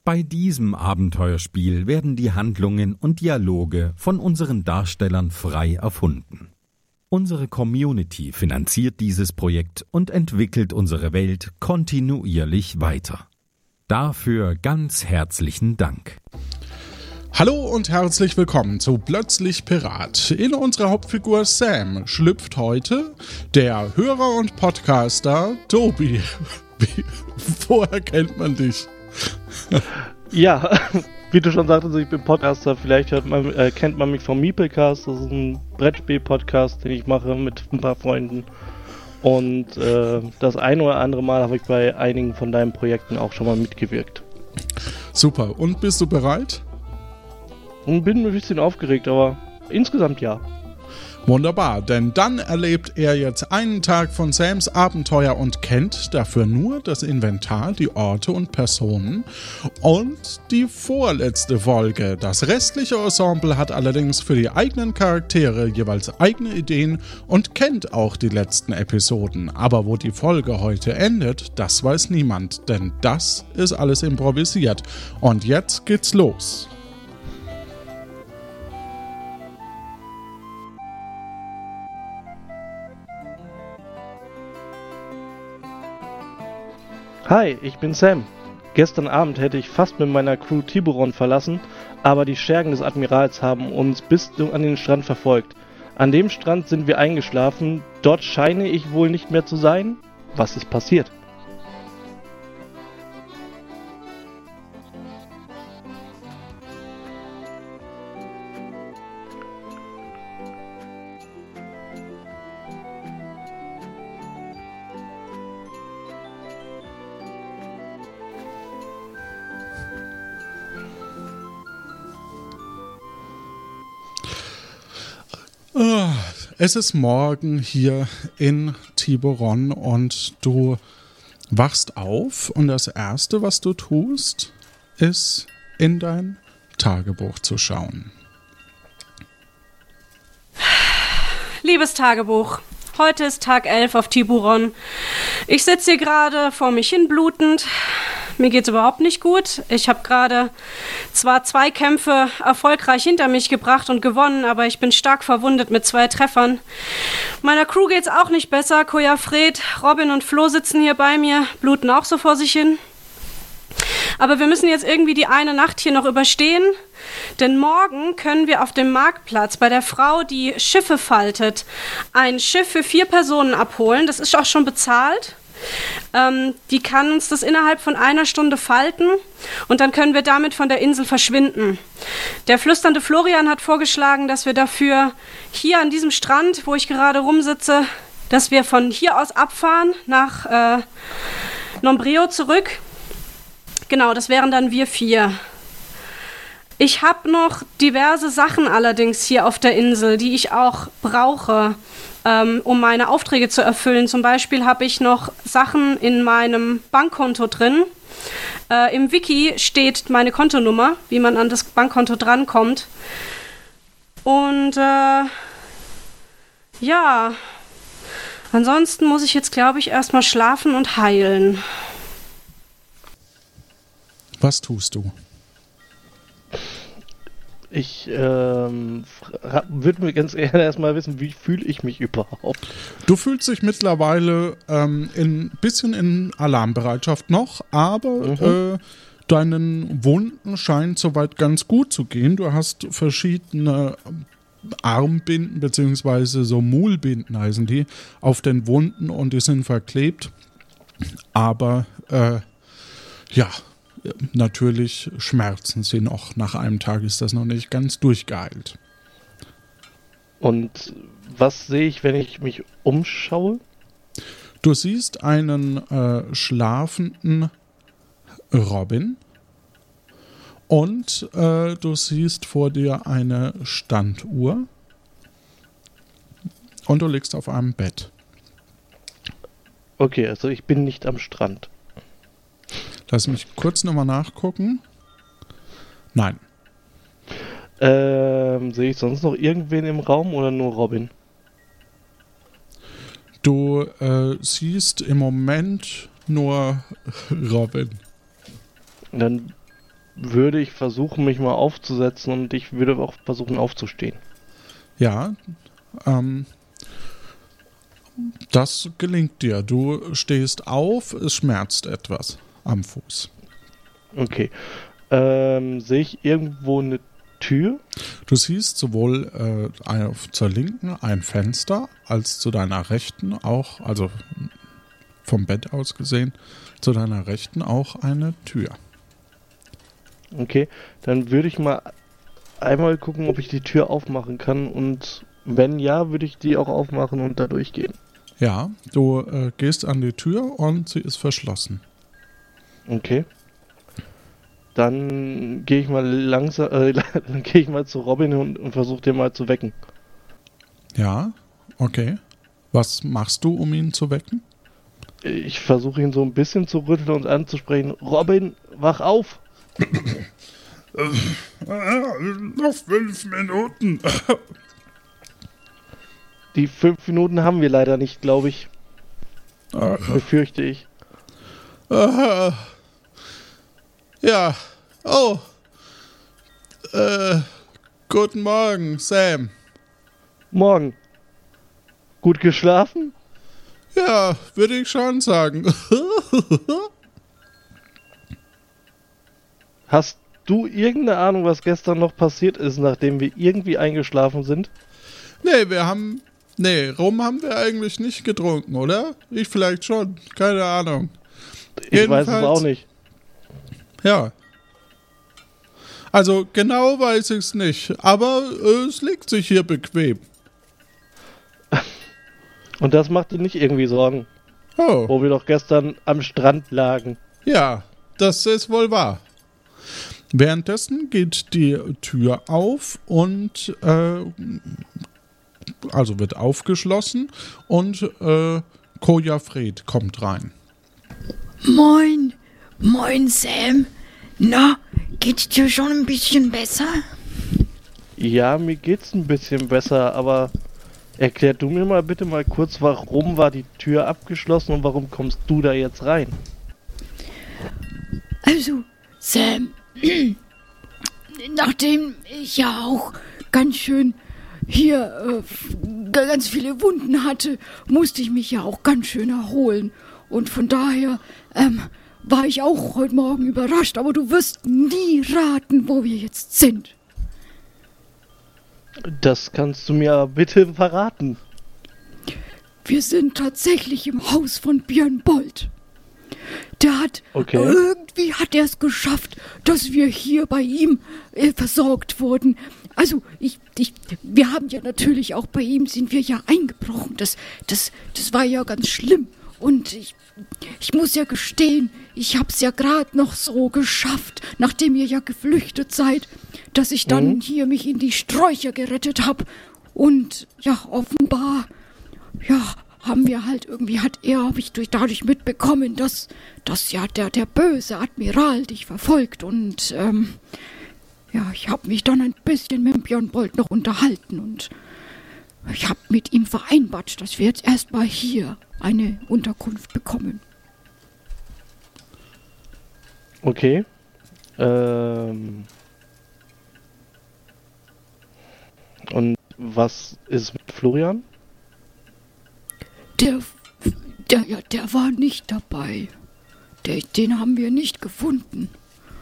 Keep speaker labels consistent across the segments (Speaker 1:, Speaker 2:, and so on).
Speaker 1: Bei diesem Abenteuerspiel werden die Handlungen und Dialoge von unseren Darstellern frei erfunden. Unsere Community finanziert dieses Projekt und entwickelt unsere Welt kontinuierlich weiter. Dafür ganz herzlichen Dank.
Speaker 2: Hallo und herzlich willkommen zu Plötzlich Pirat. In unserer Hauptfigur Sam schlüpft heute der Hörer und Podcaster Tobi. Woher kennt man dich?
Speaker 3: Ja, wie du schon sagtest, ich bin Podcaster. Vielleicht kennt man mich vom Meeplecast. Das ist ein Brettspiel-Podcast, den ich mache mit ein paar Freunden. Und das ein oder andere Mal habe ich bei einigen von deinen Projekten auch schon mal mitgewirkt.
Speaker 2: Super. Und bist du bereit?
Speaker 3: Und bin ein bisschen aufgeregt, aber insgesamt ja.
Speaker 2: Wunderbar, denn dann erlebt er jetzt einen Tag von Sams Abenteuer und kennt dafür nur das Inventar, die Orte und Personen und die vorletzte Folge. Das restliche Ensemble hat allerdings für die eigenen Charaktere jeweils eigene Ideen und kennt auch die letzten Episoden. Aber wo die Folge heute endet, das weiß niemand, denn das ist alles improvisiert. Und jetzt geht's los.
Speaker 3: Hi, ich bin Sam. Gestern Abend hätte ich fast mit meiner Crew Tiburon verlassen, aber die Schergen des Admirals haben uns bis an den Strand verfolgt. An dem Strand sind wir eingeschlafen, dort scheine ich wohl nicht mehr zu sein. Was ist passiert?
Speaker 2: Es ist morgen hier in Tiburon und du wachst auf und das Erste, was du tust, ist in dein Tagebuch zu schauen.
Speaker 4: Liebes Tagebuch, heute ist Tag 11 auf Tiburon. Ich sitze hier gerade vor mich hin blutend. Mir geht's überhaupt nicht gut. Ich habe gerade zwar 2 Kämpfe erfolgreich hinter mich gebracht und gewonnen, aber ich bin stark verwundet mit 2 Treffern. Meiner Crew geht's auch nicht besser. Koja Fred, Robin und Flo sitzen hier bei mir, bluten auch so vor sich hin. Aber wir müssen jetzt irgendwie die eine Nacht hier noch überstehen, denn morgen können wir auf dem Marktplatz bei der Frau, die Schiffe faltet, ein Schiff für 4 Personen abholen. Das ist auch schon bezahlt. Die kann uns das innerhalb von 1 Stunde falten und dann können wir damit von der Insel verschwinden. Der flüsternde Florian hat vorgeschlagen, dass wir dafür hier an diesem Strand, wo ich gerade rumsitze, dass wir von hier aus abfahren nach Nombreo zurück. Genau, das wären dann wir 4. Ich habe noch diverse Sachen allerdings hier auf der Insel, die ich auch brauche, um meine Aufträge zu erfüllen. Zum Beispiel habe ich noch Sachen in meinem Bankkonto drin. Im Wiki steht meine Kontonummer, wie man an das Bankkonto drankommt. Und ja, ansonsten muss ich jetzt, glaube ich, erstmal schlafen und heilen.
Speaker 2: Was tust du?
Speaker 3: Ich würde mir ganz gerne erstmal wissen, wie fühle ich mich überhaupt?
Speaker 2: Du fühlst dich mittlerweile ein bisschen in Alarmbereitschaft noch, aber deinen Wunden scheint soweit ganz gut zu gehen. Du hast verschiedene Armbinden beziehungsweise so Muhlbinden heißen die auf den Wunden und die sind verklebt. Aber ja, natürlich schmerzen sie noch. Nach einem Tag ist das noch nicht ganz durchgeheilt.
Speaker 3: Und was sehe ich, wenn ich mich umschaue?
Speaker 2: Du siehst einen schlafenden Robin und du siehst vor dir eine Standuhr und du liegst auf einem Bett.
Speaker 3: Okay, also ich bin nicht am Strand.
Speaker 2: Lass mich kurz nochmal nachgucken. Nein.
Speaker 3: Sehe ich sonst noch irgendwen im Raum oder nur Robin?
Speaker 2: Du siehst im Moment nur Robin.
Speaker 3: Dann würde ich versuchen, mich mal aufzusetzen und ich würde auch versuchen, aufzustehen.
Speaker 2: Ja, das gelingt dir. Du stehst auf, es schmerzt etwas am Fuß.
Speaker 3: Okay. Sehe ich irgendwo eine Tür?
Speaker 2: Du siehst sowohl zur Linken ein Fenster, als zu deiner Rechten auch, also vom Bett aus gesehen, zu deiner Rechten auch eine Tür.
Speaker 3: Okay, dann würde ich mal einmal gucken, ob ich die Tür aufmachen kann und wenn ja, würde ich die auch aufmachen und da durchgehen.
Speaker 2: Ja, du gehst an die Tür und sie ist verschlossen.
Speaker 3: Okay. Dann gehe ich mal langsam, dann gehe ich mal zu Robin und versuche den mal zu wecken.
Speaker 2: Ja, okay. Was machst du, um ihn zu wecken?
Speaker 3: Ich versuche ihn so ein bisschen zu rütteln und anzusprechen. Robin, wach auf!
Speaker 2: Noch 5 Minuten.
Speaker 3: Die 5 Minuten haben wir leider nicht, glaube ich. Befürchte ich.
Speaker 2: Ja. Oh. Guten Morgen, Sam.
Speaker 3: Morgen. Gut geschlafen?
Speaker 2: Ja, würde ich schon sagen.
Speaker 3: Hast du irgendeine Ahnung, was gestern noch passiert ist, nachdem wir irgendwie eingeschlafen sind?
Speaker 2: Rum haben wir eigentlich nicht getrunken, oder? Ich vielleicht schon, keine Ahnung.
Speaker 3: Ich weiß es auch nicht.
Speaker 2: Ja. Also genau weiß ich es nicht, aber es liegt sich hier bequem.
Speaker 3: Und das macht dir nicht irgendwie Sorgen,
Speaker 2: Oh,
Speaker 3: wo wir doch gestern am Strand lagen.
Speaker 2: ja, das ist wohl wahr. Währenddessen geht die Tür auf und also wird aufgeschlossen und Koja Fred kommt rein.
Speaker 5: Moin, Sam. Na, geht's dir schon ein bisschen besser?
Speaker 3: Ja, mir geht's ein bisschen besser, aber erklär du mir mal bitte mal kurz, warum war die Tür abgeschlossen und warum kommst du da jetzt rein?
Speaker 5: Also, Sam, nachdem ich ja auch ganz schön hier ganz viele Wunden hatte, musste ich mich ja auch ganz schön erholen. Und von daher war ich auch heute Morgen überrascht, aber du wirst nie raten, wo wir jetzt sind.
Speaker 3: Das kannst du mir bitte verraten.
Speaker 5: Wir sind tatsächlich im Haus von Björn Bold. Irgendwie hat er es geschafft, dass wir hier bei ihm versorgt wurden. Also, wir haben ja natürlich auch bei ihm sind wir ja eingebrochen. Das war ja ganz schlimm. Und ich muss ja gestehen, ich hab's ja gerade noch so geschafft, nachdem ihr ja geflüchtet seid, dass ich dann hier mich in die Sträucher gerettet hab. Und ja, offenbar, ja, habe ich dadurch mitbekommen, dass ja der böse Admiral dich verfolgt. Und ja, ich habe mich dann ein bisschen mit Björn Bold noch unterhalten und ich habe mit ihm vereinbart, dass wir jetzt erstmal hier eine Unterkunft bekommen.
Speaker 3: Okay. Und was ist mit Florian?
Speaker 5: Der war nicht dabei. Den haben wir nicht gefunden.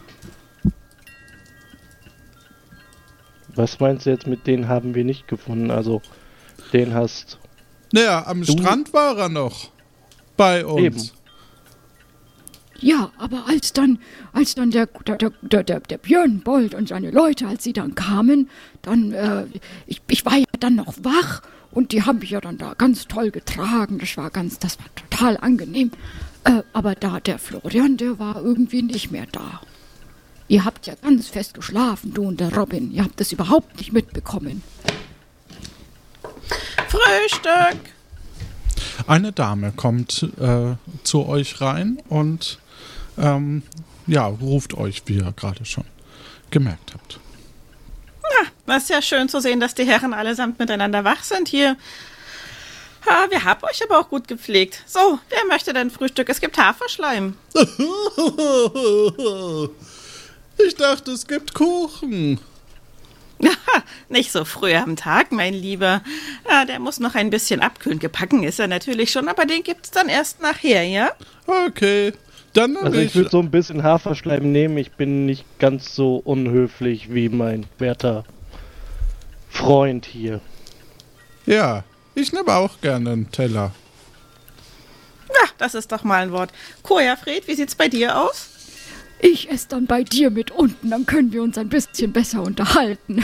Speaker 3: Was meinst du jetzt mit den haben wir nicht gefunden? Also, den hast...
Speaker 2: Naja, am Strand war er noch. Bei uns.
Speaker 3: Eben.
Speaker 5: Ja, aber als dann der Björn Bold und seine Leute, als sie dann kamen, dann, ich war ja dann noch wach und die haben mich ja dann da ganz toll getragen. Das war total angenehm. Aber der Florian, der war irgendwie nicht mehr da. Ihr habt ja ganz fest geschlafen, du und der Robin. Ihr habt das überhaupt nicht mitbekommen.
Speaker 6: Frühstück!
Speaker 2: Eine Dame kommt zu euch rein und ruft euch, wie ihr gerade schon gemerkt habt.
Speaker 6: Na, das ist ja schön zu sehen, dass die Herren allesamt miteinander wach sind hier. Wir haben euch aber auch gut gepflegt. So, wer möchte denn Frühstück? Es gibt Haferschleim.
Speaker 2: Ich dachte, es gibt Kuchen.
Speaker 6: Nicht so früh am Tag, mein Lieber. Der muss noch ein bisschen abkühlen. Gebacken ist er natürlich schon, aber den gibt's dann erst nachher, ja?
Speaker 2: Okay, dann
Speaker 3: Also ich würde so ein bisschen Haferschleim nehmen. Ich bin nicht ganz so unhöflich wie mein werter Freund hier.
Speaker 2: Ja, ich nehme auch gerne einen Teller.
Speaker 6: Ja, das ist doch mal ein Wort. Kojafred, wie sieht's bei dir aus?
Speaker 5: Ich esse dann bei dir mit unten, dann können wir uns ein bisschen besser unterhalten.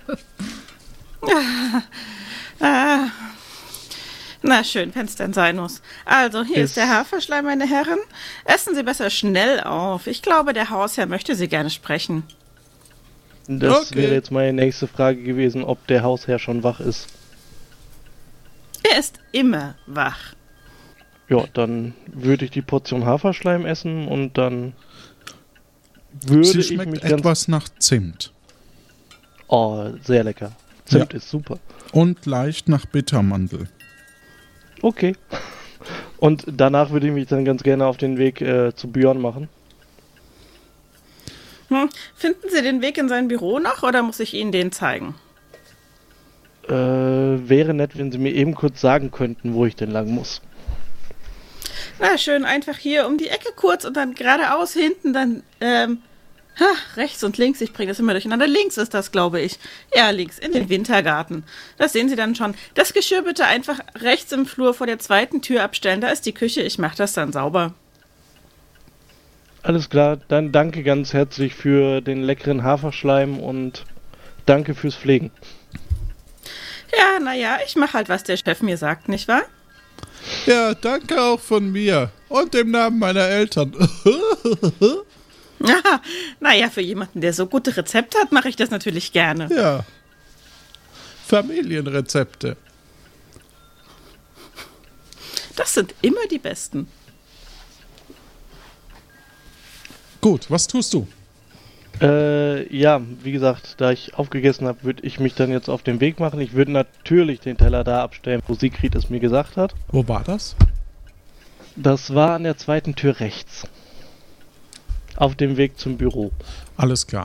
Speaker 6: Na schön, wenn's denn sein muss. Also, hier ist der Haferschleim, meine Herren. Essen Sie besser schnell auf. Ich glaube, der Hausherr möchte Sie gerne sprechen.
Speaker 3: Das
Speaker 2: Okay.
Speaker 3: wäre jetzt meine nächste Frage gewesen, ob der Hausherr schon wach ist.
Speaker 6: Er ist immer wach.
Speaker 3: Ja, dann würde ich die Portion Haferschleim essen und dann würde
Speaker 2: Sie
Speaker 3: ich
Speaker 2: schmeckt
Speaker 3: mich ganz...
Speaker 2: etwas nach Zimt.
Speaker 3: Oh, sehr lecker. Zimt ist super.
Speaker 2: Und leicht nach Bittermandel.
Speaker 3: Okay. Und danach würde ich mich dann ganz gerne auf den Weg zu Björn machen.
Speaker 6: Finden Sie den Weg in sein Büro noch oder muss ich Ihnen den zeigen?
Speaker 3: Wäre nett, wenn Sie mir eben kurz sagen könnten, wo ich denn lang muss.
Speaker 6: Na schön, einfach hier um die Ecke kurz und dann geradeaus hinten, dann rechts und links, ich bringe das immer durcheinander. Links ist das, glaube ich. Ja, links, in den Wintergarten. Das sehen Sie dann schon. Das Geschirr bitte einfach rechts im Flur vor der zweiten Tür abstellen. Da ist die Küche, ich mache das dann sauber.
Speaker 3: Alles klar, dann danke ganz herzlich für den leckeren Haferschleim und danke fürs Pflegen.
Speaker 6: Ja, naja, ich mache halt, was der Chef mir sagt, nicht wahr?
Speaker 2: Ja, danke auch von mir. Und im Namen meiner Eltern.
Speaker 6: Naja, für jemanden, der so gute Rezepte hat, mache ich das natürlich gerne.
Speaker 2: Ja. Familienrezepte.
Speaker 6: Das sind immer die besten.
Speaker 2: Gut, was tust du?
Speaker 3: Ja, wie gesagt, da ich aufgegessen habe, würde ich mich dann jetzt auf den Weg machen. Ich würde natürlich den Teller da abstellen, wo Sigrid es mir gesagt hat.
Speaker 2: Wo war das?
Speaker 3: Das war an der zweiten Tür rechts. Auf dem Weg zum Büro.
Speaker 2: Alles klar.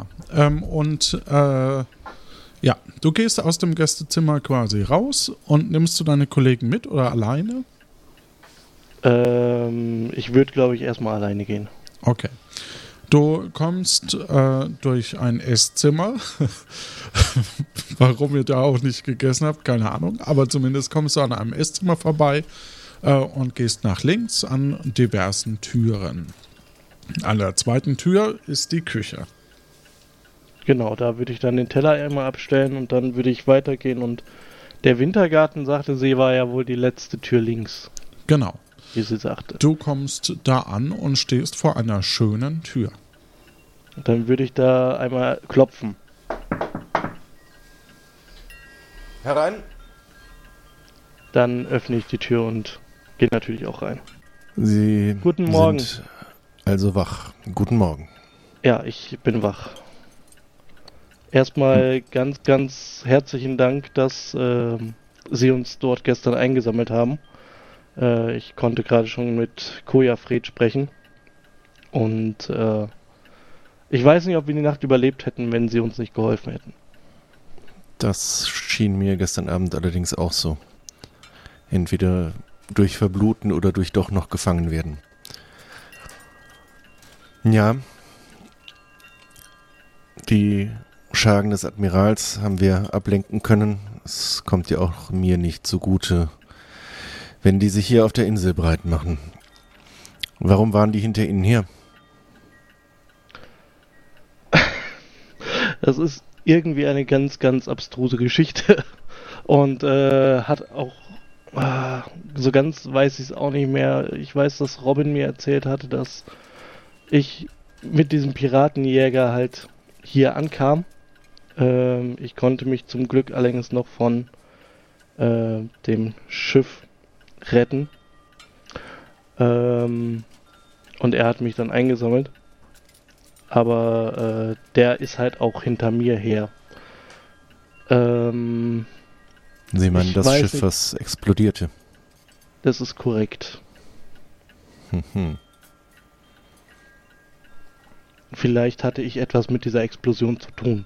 Speaker 2: Ja, du gehst aus dem Gästezimmer quasi raus und nimmst du deine Kollegen mit oder alleine?
Speaker 3: Ich würde, glaube ich, erstmal alleine gehen.
Speaker 2: Okay. Du kommst durch ein Esszimmer. Warum ihr da auch nicht gegessen habt, keine Ahnung. Aber zumindest kommst du an einem Esszimmer vorbei und gehst nach links an diversen Türen. An der zweiten Tür ist die Küche.
Speaker 3: Genau, da würde ich dann den Teller einmal abstellen und dann würde ich weitergehen. Und der Wintergarten, sagte sie, war ja wohl die letzte Tür links,
Speaker 2: Genau.
Speaker 3: wie sie sagte.
Speaker 2: Du kommst da an und stehst vor einer schönen Tür.
Speaker 3: Und dann würde ich da einmal klopfen.
Speaker 7: Herein.
Speaker 3: Dann öffne ich die Tür und gehe natürlich auch rein.
Speaker 7: Sie
Speaker 3: Guten Morgen.
Speaker 7: sind also wach. Guten Morgen.
Speaker 3: Ja, ich bin wach. Erstmal ganz, ganz herzlichen Dank, dass Sie uns dort gestern eingesammelt haben. Ich konnte gerade schon mit Kojafred sprechen. Und ich weiß nicht, ob wir die Nacht überlebt hätten, wenn Sie uns nicht geholfen hätten.
Speaker 7: Das schien mir gestern Abend allerdings auch so. Entweder durch Verbluten oder durch doch noch gefangen werden. Ja. Die Schergen des Admirals haben wir ablenken können. Es kommt ja auch mir nicht zugute, wenn die sich hier auf der Insel breit machen. Warum waren die hinter Ihnen her?
Speaker 3: Das ist irgendwie eine ganz, ganz abstruse Geschichte. Und hat auch, so ganz weiß ich es auch nicht mehr. Ich weiß, dass Robin mir erzählt hatte, dass ich mit diesem Piratenjäger halt hier ankam. Ich konnte mich zum Glück allerdings noch von dem Schiff retten. Und er hat mich dann eingesammelt. Aber der ist halt auch hinter mir her.
Speaker 7: Sie meinen
Speaker 3: Ich
Speaker 7: das
Speaker 3: weiß
Speaker 7: Schiff,
Speaker 3: nicht.
Speaker 7: was explodierte?
Speaker 3: Das ist korrekt. vielleicht hatte ich etwas mit dieser Explosion zu tun.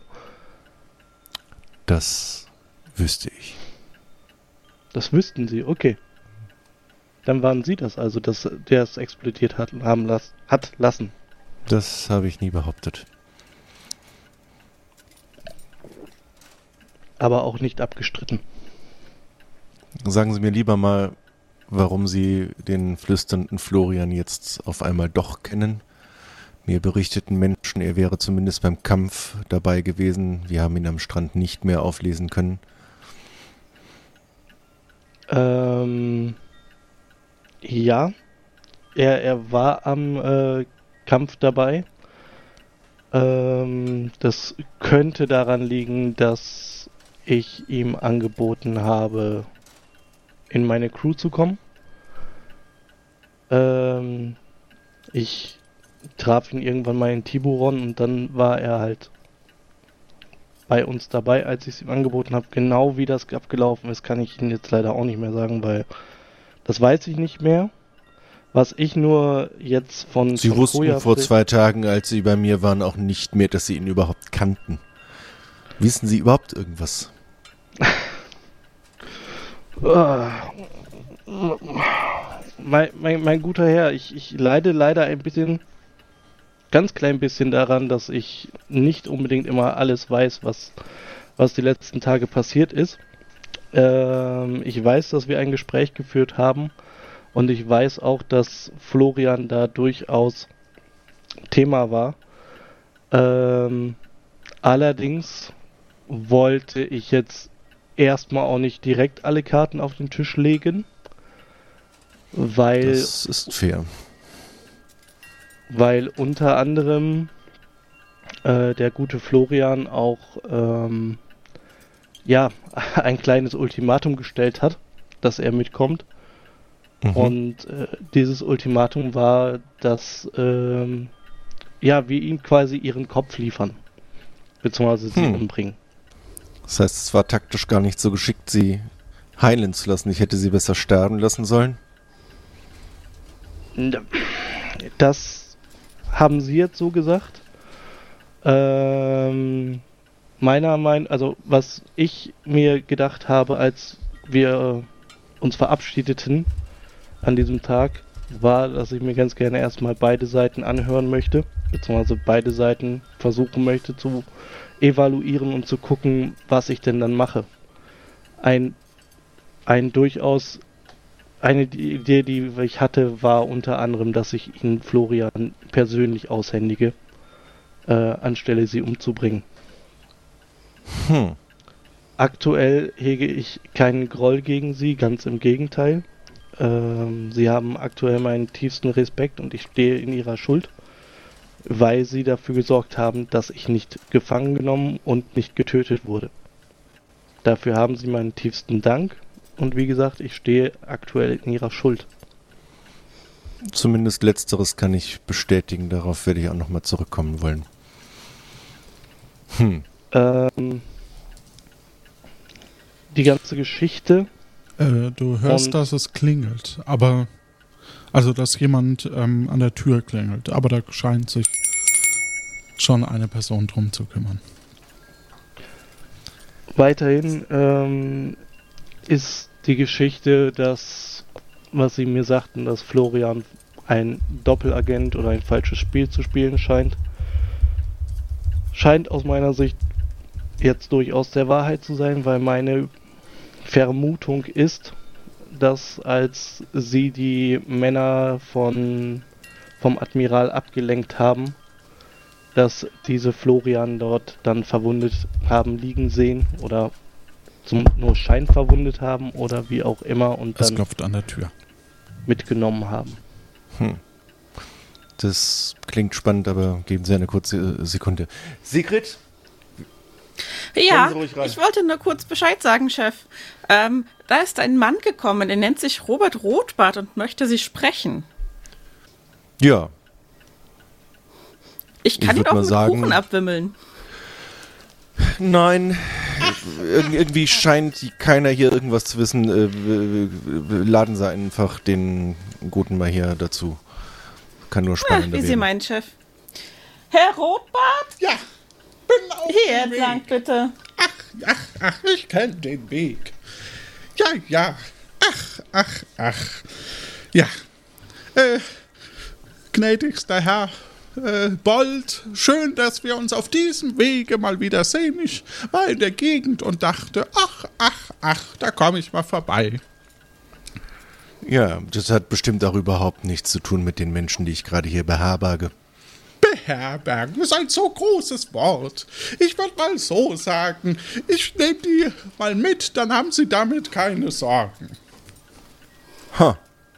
Speaker 7: Das wüsste ich.
Speaker 3: Das wüssten Sie, okay. Dann waren Sie das also, dass der es explodiert hat lassen.
Speaker 7: Das habe ich nie behauptet.
Speaker 3: Aber auch nicht abgestritten.
Speaker 7: Sagen Sie mir lieber mal, warum Sie den flüsternden Florian jetzt auf einmal doch kennen. Mir berichteten Menschen, er wäre zumindest beim Kampf dabei gewesen. Wir haben ihn am Strand nicht mehr auflesen können.
Speaker 3: Ja, er war am Kampf dabei. Das könnte daran liegen, dass ich ihm angeboten habe, in meine Crew zu kommen. Ich traf ihn irgendwann mal in Tiburon und dann war er halt bei uns dabei, als ich es ihm angeboten habe. Genau wie das abgelaufen ist, kann ich Ihnen jetzt leider auch nicht mehr sagen, weil das weiß ich nicht mehr. Was ich nur jetzt von
Speaker 7: Sie wussten vor 2 Tagen, als Sie bei mir waren, auch nicht mehr, dass Sie ihn überhaupt kannten. Wissen Sie überhaupt irgendwas?
Speaker 3: Mein guter Herr, ich leide leider ganz klein bisschen daran, dass ich nicht unbedingt immer alles weiß, was die letzten Tage passiert ist. Ich weiß, dass wir ein Gespräch geführt haben und ich weiß auch, dass Florian da durchaus Thema war. Allerdings wollte ich jetzt erstmal auch nicht direkt alle Karten auf den Tisch legen, weil...
Speaker 7: Das ist fair.
Speaker 3: Weil unter anderem der gute Florian auch ein kleines Ultimatum gestellt hat, dass er mitkommt. Mhm. Und dieses Ultimatum war, dass wir ihm quasi ihren Kopf liefern, beziehungsweise sie umbringen.
Speaker 7: Das heißt, es war taktisch gar nicht so geschickt, sie heilen zu lassen. Ich hätte sie besser sterben lassen sollen.
Speaker 3: Das haben Sie jetzt so gesagt. Also was ich mir gedacht habe, als wir uns verabschiedeten an diesem Tag, war, dass ich mir ganz gerne erstmal beide Seiten anhören möchte, beziehungsweise beide Seiten versuchen möchte zu evaluieren und zu gucken, was ich denn dann mache. Eine Idee, die ich hatte, war unter anderem, dass ich ihn Florian persönlich aushändige, anstelle sie umzubringen. Aktuell hege ich keinen Groll gegen sie, ganz im Gegenteil. Sie haben aktuell meinen tiefsten Respekt und ich stehe in ihrer Schuld, weil sie dafür gesorgt haben, dass ich nicht gefangen genommen und nicht getötet wurde. Dafür haben sie meinen tiefsten Dank. Und wie gesagt, ich stehe aktuell in ihrer Schuld.
Speaker 7: Zumindest Letzteres kann ich bestätigen. Darauf werde ich auch nochmal zurückkommen wollen.
Speaker 3: Die ganze Geschichte.
Speaker 2: Du hörst, dass es klingelt, aber... Also, dass jemand an der Tür klingelt. Aber da scheint sich schon eine Person drum zu kümmern.
Speaker 3: Weiterhin ist die Geschichte, was sie mir sagten, dass Florian ein Doppelagent oder ein falsches Spiel zu spielen scheint. Scheint aus meiner Sicht jetzt durchaus der Wahrheit zu sein, weil meine Vermutung ist, dass als sie die Männer vom Admiral abgelenkt haben, dass diese Florian dort dann verwundet haben liegen sehen oder nur scheinverwundet haben oder wie auch immer und
Speaker 2: es
Speaker 3: dann
Speaker 2: klopft an der Tür.
Speaker 3: Mitgenommen haben.
Speaker 7: Das klingt spannend, aber geben Sie eine kurze Sekunde. Sigrid?
Speaker 6: Ja, ich wollte nur kurz Bescheid sagen, Chef. Da ist ein Mann gekommen, der nennt sich Robert Rotbart und möchte Sie sprechen.
Speaker 7: Ja.
Speaker 6: Ich kann ihn auch mit Kuchen abwimmeln.
Speaker 7: Nein, irgendwie scheint keiner hier irgendwas zu wissen. Laden Sie einfach den Guten mal hier dazu. Kann nur spannender werden.
Speaker 6: Wie Sie meinen, Chef. Herr Rotbart?
Speaker 2: Ja, bin auf
Speaker 6: Hier
Speaker 2: dem
Speaker 6: entlang,
Speaker 2: Weg.
Speaker 6: bitte.
Speaker 2: Ach, ich kenne den Weg. Ja. Ach. Ja. Gnädigster Herr Bold, schön, dass wir uns auf diesem Wege mal wieder sehen. Ich war in der Gegend und dachte, ach, da komme ich mal vorbei.
Speaker 7: Ja, das hat bestimmt auch überhaupt nichts zu tun mit den Menschen, die ich gerade hier beherberge.
Speaker 2: Beherbergen ist ein so großes Wort. Ich würde mal so sagen, ich nehme die mal mit, dann haben Sie damit keine Sorgen.
Speaker 7: Ha.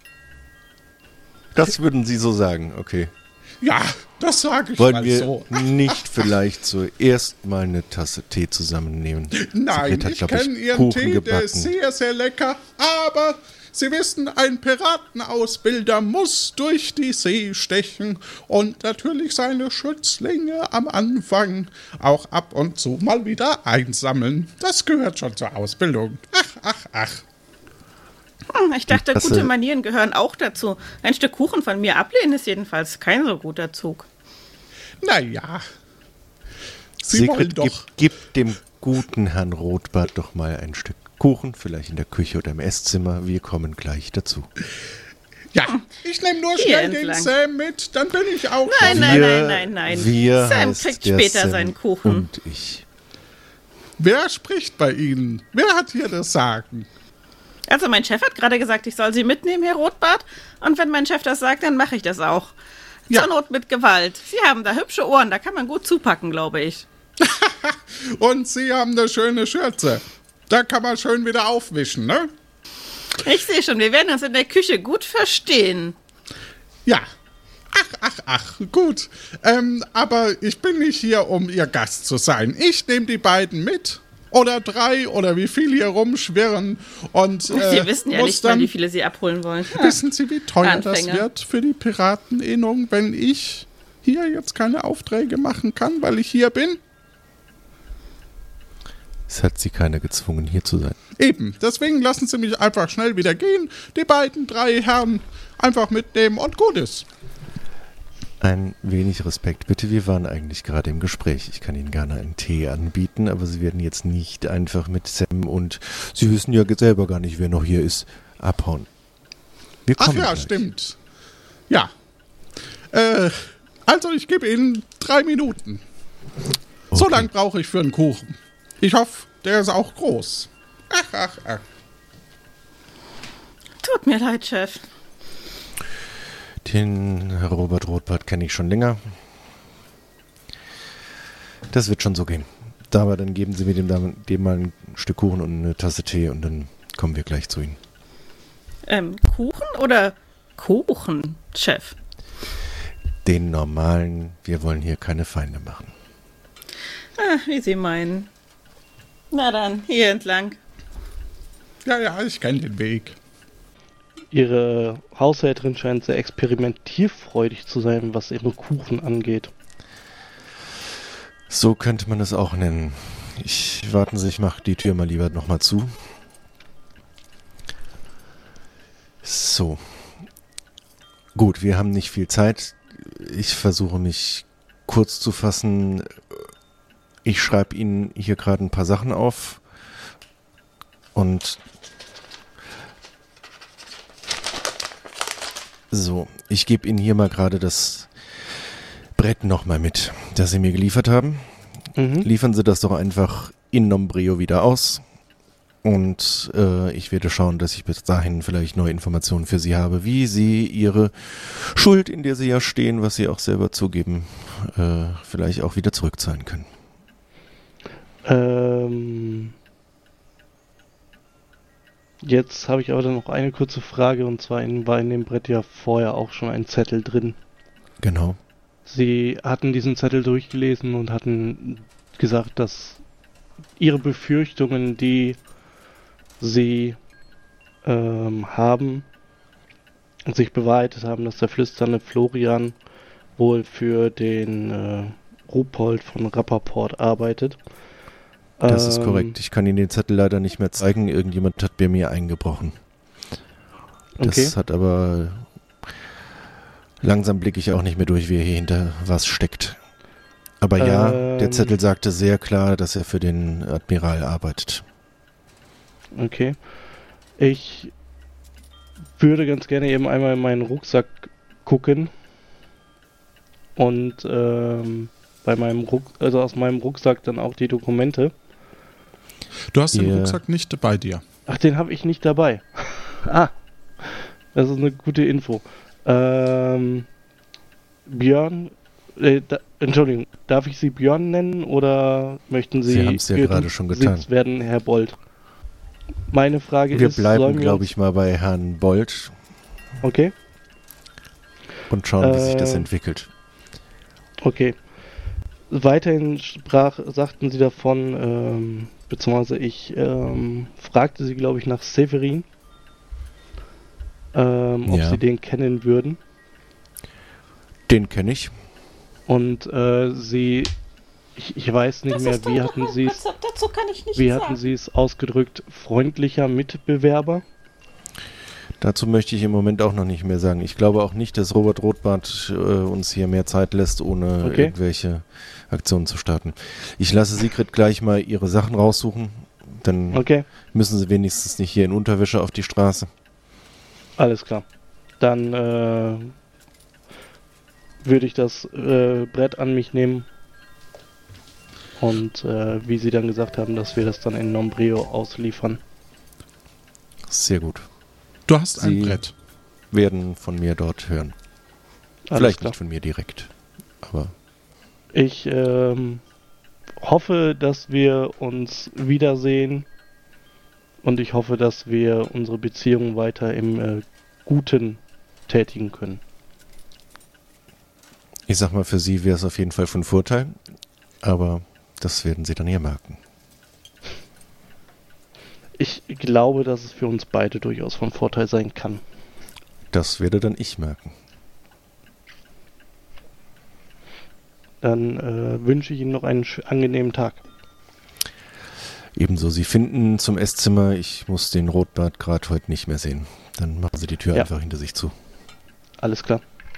Speaker 7: Das würden Sie so sagen, okay.
Speaker 2: Ja, das sage ich
Speaker 7: Wollen
Speaker 2: mal
Speaker 7: wir
Speaker 2: so.
Speaker 7: nicht vielleicht zuerst mal eine Tasse Tee zusammennehmen?
Speaker 2: Nein,
Speaker 7: Sigrid hat,
Speaker 2: ich
Speaker 7: glaub
Speaker 2: kenne Ihren
Speaker 7: Kuchen
Speaker 2: Tee, der
Speaker 7: gebacken.
Speaker 2: ist sehr, sehr lecker, aber Sie wissen, ein Piratenausbilder muss durch die See stechen und natürlich seine Schützlinge am Anfang auch ab und zu mal wieder einsammeln. Das gehört schon zur Ausbildung. Ach.
Speaker 6: Ich dachte,
Speaker 7: Das,
Speaker 6: gute Manieren gehören auch dazu. Ein Stück Kuchen von mir ablehnen ist jedenfalls kein so guter Zug.
Speaker 2: Naja, Sie wollen
Speaker 7: Sigrid,
Speaker 2: doch...
Speaker 7: gib dem guten Herrn Rotbart doch mal ein Stück Kuchen, vielleicht in der Küche oder im Esszimmer. Wir kommen gleich dazu.
Speaker 2: Ja, ich nehme nur
Speaker 6: Hier
Speaker 2: schnell den
Speaker 6: entlang.
Speaker 2: Sam mit, dann bin ich auch
Speaker 6: Nein,
Speaker 2: schon...
Speaker 6: nein.
Speaker 7: Wir
Speaker 6: Sam
Speaker 7: heißt
Speaker 6: kriegt
Speaker 7: der
Speaker 6: später
Speaker 7: Sam
Speaker 6: seinen Kuchen.
Speaker 7: Und ich.
Speaker 2: Wer spricht bei Ihnen? Wer hat hier das Sagen?
Speaker 6: Also mein Chef hat gerade gesagt, ich soll Sie mitnehmen, Herr Rotbart. Und wenn mein Chef das sagt, dann mache ich das auch.
Speaker 2: Ja.
Speaker 6: Zur Not mit Gewalt. Sie haben da hübsche Ohren, da kann man gut zupacken, glaube ich.
Speaker 2: Und Sie haben eine schöne Schürze. Da kann man schön wieder aufwischen, ne?
Speaker 6: Ich sehe schon, wir werden uns in der Küche gut verstehen.
Speaker 2: Ja. Ach, gut. Aber ich bin nicht hier, um Ihr Gast zu sein. Ich nehme die beiden mit. Oder 3 oder wie viele hier rumschwirren. Und,
Speaker 6: Sie wissen ja
Speaker 2: muss
Speaker 6: nicht mal,
Speaker 2: dann,
Speaker 6: wie viele Sie abholen wollen.
Speaker 2: Wissen Sie, wie teuer das
Speaker 6: Anfänger.
Speaker 2: wird für die Pirateninnung, wenn ich hier jetzt keine Aufträge machen kann, weil ich hier bin?
Speaker 7: Es hat sie keiner gezwungen, hier zu sein.
Speaker 2: Eben, deswegen lassen Sie mich einfach schnell wieder gehen, die beiden 3 Herren einfach mitnehmen und gut ist.
Speaker 7: Ein wenig Respekt, bitte. Wir waren eigentlich gerade im Gespräch. Ich kann Ihnen gerne einen Tee anbieten, aber Sie werden jetzt nicht einfach mit Sam und Sie wissen ja selber gar nicht, wer noch hier ist, abhauen. Wir
Speaker 2: Ach
Speaker 7: kommen
Speaker 2: ja,
Speaker 7: gleich.
Speaker 2: stimmt. Ja. Also ich gebe Ihnen 3 Minuten. So
Speaker 7: Okay.
Speaker 2: lang brauche ich für einen Kuchen. Ich hoffe, der ist auch groß. Ach.
Speaker 6: Tut mir leid, Chef.
Speaker 7: Den Herr Robert Rotbart kenne ich schon länger. Das wird schon so gehen. Aber dann geben Sie mir dem mal ein Stück Kuchen und eine Tasse Tee und dann kommen wir gleich zu Ihnen.
Speaker 6: Kuchen oder Kuchen, Chef?
Speaker 7: Den normalen, wir wollen hier keine Feinde machen.
Speaker 6: Wie Sie meinen. Na dann, hier entlang.
Speaker 2: Ja, ich kenne den Weg.
Speaker 3: Ihre Haushälterin scheint sehr experimentierfreudig zu sein, was ihre Kuchen angeht.
Speaker 7: So könnte man es auch nennen. Warten Sie, ich mache die Tür mal lieber nochmal zu. So. Gut, wir haben nicht viel Zeit. Ich versuche mich kurz zu fassen. Ich schreibe Ihnen hier gerade ein paar Sachen auf. Und so, ich gebe Ihnen hier mal gerade das Brett nochmal mit, das Sie mir geliefert haben. Liefern Sie das doch einfach in Nombreo wieder aus. Und ich werde schauen, dass ich bis dahin vielleicht neue Informationen für Sie habe, wie Sie Ihre Schuld, in der Sie ja stehen, was Sie auch selber zugeben, vielleicht auch wieder zurückzahlen können.
Speaker 3: Jetzt habe ich aber dann noch eine kurze Frage, und zwar war in dem Brett ja vorher auch schon ein Zettel drin.
Speaker 7: Genau.
Speaker 3: Sie hatten diesen Zettel durchgelesen und hatten gesagt, dass Ihre Befürchtungen, die Sie haben, sich bewahrheitet haben, dass der flüsternde Florian wohl für den Rupold von Rappaport arbeitet.
Speaker 7: Das ist korrekt. Ich kann Ihnen den Zettel leider nicht mehr zeigen. Irgendjemand hat bei mir eingebrochen. Das hat aber... Langsam blicke ich auch nicht mehr durch, wer hier hinter was steckt. Aber ja, der Zettel sagte sehr klar, dass er für den Admiral arbeitet.
Speaker 3: Okay. Ich würde ganz gerne eben einmal in meinen Rucksack gucken und bei meinem aus meinem Rucksack dann auch die Dokumente.
Speaker 2: Du hast den Rucksack nicht bei dir.
Speaker 3: Ach, den habe ich nicht dabei. Das ist eine gute Info. Björn, Entschuldigung, darf ich Sie Björn nennen oder möchten Sie...
Speaker 7: Sie haben es ja gerade schon getan.
Speaker 3: ...werden, Herr Bold? Meine Frage
Speaker 7: Wir
Speaker 3: ist...
Speaker 7: bleiben, glaube ich, mal bei Herrn Bold.
Speaker 3: Okay.
Speaker 7: Und schauen, wie sich das entwickelt.
Speaker 3: Okay. Weiterhin sagten Sie davon, beziehungsweise ich fragte Sie, glaube ich, nach Severin, ob Sie den kennen würden.
Speaker 7: Den kenne ich.
Speaker 3: Und ich weiß nicht mehr, wie hatten Sie es...
Speaker 6: Dazu kann ich nicht
Speaker 3: Wie
Speaker 6: sagen.
Speaker 3: hatten Sie es ausgedrückt? Freundlicher Mitbewerber?
Speaker 7: Dazu möchte ich im Moment auch noch nicht mehr sagen. Ich glaube auch nicht, dass Robert Rothbart uns hier mehr Zeit lässt, ohne irgendwelche Aktionen zu starten. Ich lasse Sigrid gleich mal ihre Sachen raussuchen. Dann müssen sie wenigstens nicht hier in Unterwäsche auf die Straße.
Speaker 3: Alles klar. Dann würde ich das Brett an mich nehmen. Und wie Sie dann gesagt haben, dass wir das dann in Nombreo ausliefern.
Speaker 7: Sehr gut.
Speaker 2: Du hast ein Brett.
Speaker 7: Werden von mir dort hören.
Speaker 3: Alles
Speaker 7: Vielleicht
Speaker 3: klar.
Speaker 7: nicht von mir direkt, aber...
Speaker 3: Ich hoffe, dass wir uns wiedersehen und ich hoffe, dass wir unsere Beziehung weiter im Guten tätigen können.
Speaker 7: Ich sag mal, für Sie wäre es auf jeden Fall von Vorteil, aber das werden Sie dann hier merken.
Speaker 3: Ich glaube, dass es für uns beide durchaus von Vorteil sein kann.
Speaker 7: Das werde dann ich merken.
Speaker 3: Dann wünsche ich Ihnen noch einen angenehmen Tag.
Speaker 7: Ebenso, Sie finden zum Esszimmer, ich muss den Rotbart gerade heute nicht mehr sehen. Dann machen Sie die Tür einfach hinter sich zu.
Speaker 3: Alles klar.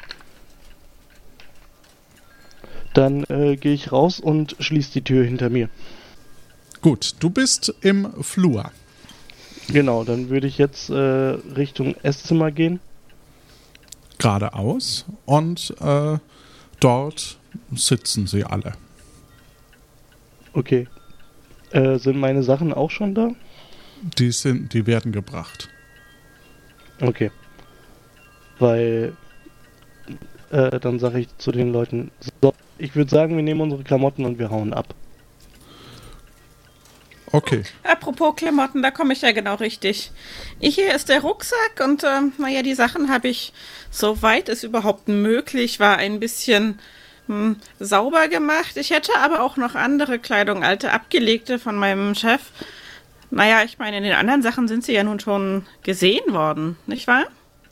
Speaker 3: Dann gehe ich raus und schließe die Tür hinter mir.
Speaker 2: Gut, du bist im Flur.
Speaker 3: Genau, dann würde ich jetzt Richtung Esszimmer gehen.
Speaker 2: Geradeaus und dort sitzen sie alle.
Speaker 3: Okay. Sind meine Sachen auch schon da?
Speaker 2: Die werden gebracht.
Speaker 3: Okay. Weil dann sage ich zu den Leuten, so, ich würde sagen, wir nehmen unsere Klamotten und wir hauen ab.
Speaker 2: Okay.
Speaker 6: Apropos Klamotten, da komme ich ja genau richtig. Hier ist der Rucksack und naja, die Sachen habe ich, soweit es überhaupt möglich war, ein bisschen sauber gemacht. Ich hätte aber auch noch andere Kleidung, alte abgelegte von meinem Chef. Naja, ich meine, in den anderen Sachen sind sie ja nun schon gesehen worden, nicht wahr?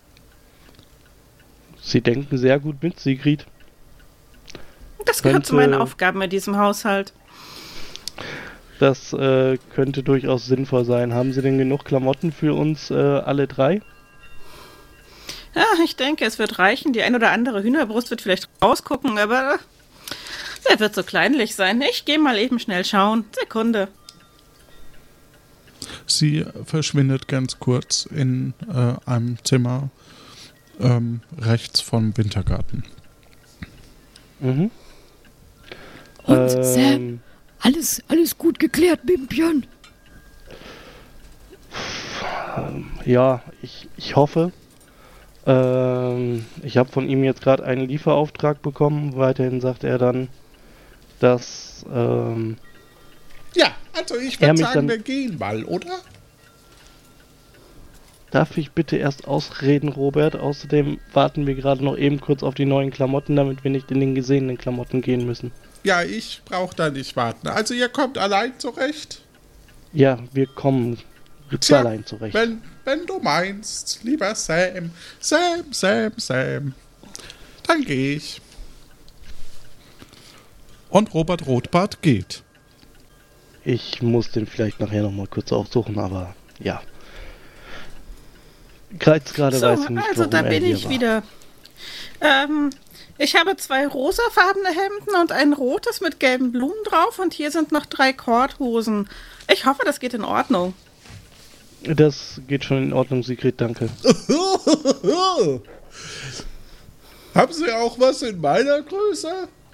Speaker 3: Sie denken sehr gut mit, Sigrid.
Speaker 6: Das gehört zu meinen Aufgaben in diesem Haushalt.
Speaker 3: Das könnte durchaus sinnvoll sein. Haben Sie denn genug Klamotten für uns alle drei?
Speaker 6: Ja, ich denke, es wird reichen. Die ein oder andere Hühnerbrust wird vielleicht rausgucken, aber der wird so kleinlich sein. Ich gehe mal eben schnell schauen. Sekunde.
Speaker 2: Sie verschwindet ganz kurz in einem Zimmer rechts vom Wintergarten.
Speaker 3: Mhm.
Speaker 5: Und Sam, alles gut geklärt mit dem Björn?
Speaker 3: Ja, ich hoffe. Ich habe von ihm jetzt gerade einen Lieferauftrag bekommen. Weiterhin sagt er dann, dass
Speaker 2: ja, also ich würde sagen, wir gehen mal, oder?
Speaker 3: Darf ich bitte erst ausreden, Robert? Außerdem warten wir gerade noch eben kurz auf die neuen Klamotten, damit wir nicht in den gesehenen Klamotten gehen müssen.
Speaker 2: Ja, ich brauche da nicht warten. Also ihr kommt allein zurecht?
Speaker 3: Ja, wir kommen allein zurecht.
Speaker 2: Wenn du meinst, lieber Sam. Sam. Dann gehe ich. Und Robert Rothbart geht.
Speaker 3: Ich muss den vielleicht nachher noch mal kurz aufsuchen, aber ja. Gerade
Speaker 6: So,
Speaker 3: weiß ich nicht,
Speaker 6: also da bin ich wieder. Ich habe 2 rosafarbene Hemden und ein rotes mit gelben Blumen drauf und hier sind noch 3 Korthosen. Ich hoffe, das geht in Ordnung.
Speaker 3: Das geht schon in Ordnung, Sigrid, danke.
Speaker 2: Haben Sie auch was in meiner Größe?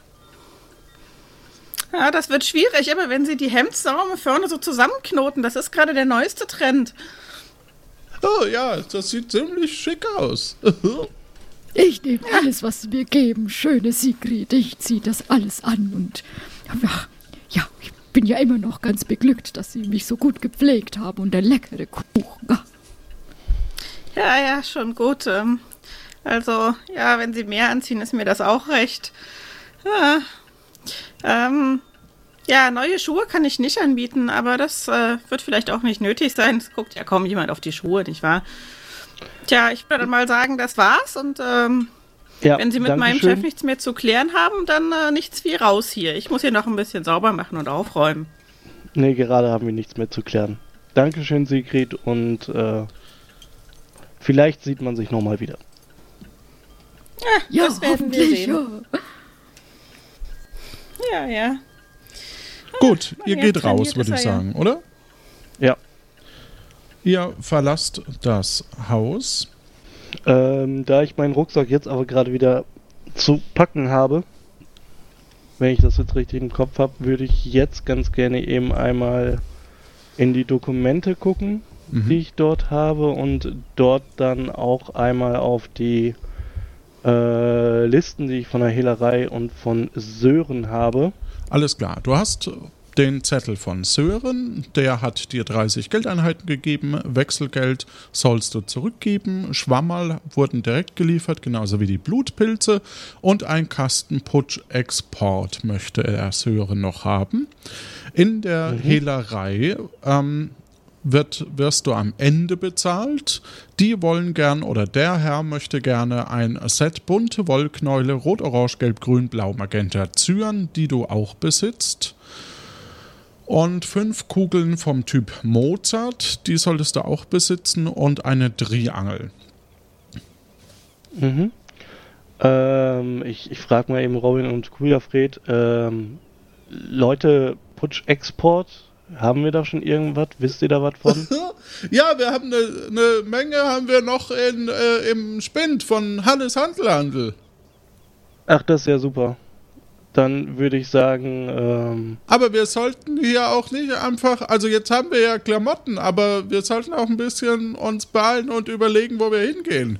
Speaker 6: Ja, das wird schwierig, aber wenn Sie die Hemdsaume vorne so zusammenknoten, das ist gerade der neueste Trend.
Speaker 2: Oh ja, das sieht ziemlich schick aus.
Speaker 5: Ich nehme alles, was Sie mir geben, schöne Sigrid. Ich ziehe das alles an und ja, ich bin ja immer noch ganz beglückt, dass Sie mich so gut gepflegt haben und der leckere Kuchen.
Speaker 6: Ja, schon gut. Also, ja, wenn Sie mehr anziehen, ist mir das auch recht. Ja, neue Schuhe kann ich nicht anbieten, aber das wird vielleicht auch nicht nötig sein. Es guckt ja kaum jemand auf die Schuhe, nicht wahr? Tja, ich würde dann mal sagen, das war's. Und wenn Sie mit meinem Chef nichts mehr zu klären haben, dann nichts wie raus hier. Ich muss hier noch ein bisschen sauber machen und aufräumen.
Speaker 3: Nee, gerade haben wir nichts mehr zu klären. Dankeschön, Sigrid, und vielleicht sieht man sich nochmal wieder.
Speaker 6: Ja, das werden wir sehen. Ja.
Speaker 2: Gut, ihr geht raus, würde ich sagen, oder?
Speaker 3: Ja.
Speaker 2: Ihr verlasst das Haus.
Speaker 3: Da ich meinen Rucksack jetzt aber gerade wieder zu packen habe, wenn ich das jetzt richtig im Kopf habe, würde ich jetzt ganz gerne eben einmal in die Dokumente gucken, die ich dort habe, und dort dann auch einmal auf die Listen, die ich von der Hehlerei und von Sören habe.
Speaker 2: Alles klar. Du hast den Zettel von Sören, der hat dir 30 Geldeinheiten gegeben, Wechselgeld sollst du zurückgeben, Schwammerl wurden direkt geliefert, genauso wie die Blutpilze, und ein Kasten Putsch-Export möchte der Sören noch haben. In der Hehlerei wirst du am Ende bezahlt. Die wollen gern, oder der Herr möchte gerne ein Set bunte Wollknäule, Rot, Orange, Gelb, Grün, Blau, Magenta, Cyan, die du auch besitzt. Und 5 Kugeln vom Typ Mozart, die solltest du auch besitzen, und eine Triangel.
Speaker 3: Ich frage mal eben Robin und Kujafred, Leute, Putsch-Export, haben wir da schon irgendwas? Wisst ihr da was von?
Speaker 2: Ja, wir haben eine Menge haben wir noch im Spind von Hannes Handelhandel.
Speaker 3: Ach, das ist ja super. Dann würde ich sagen,
Speaker 2: aber wir sollten hier auch nicht einfach, also jetzt haben wir ja Klamotten, aber wir sollten auch ein bisschen uns beeilen und überlegen, wo wir hingehen.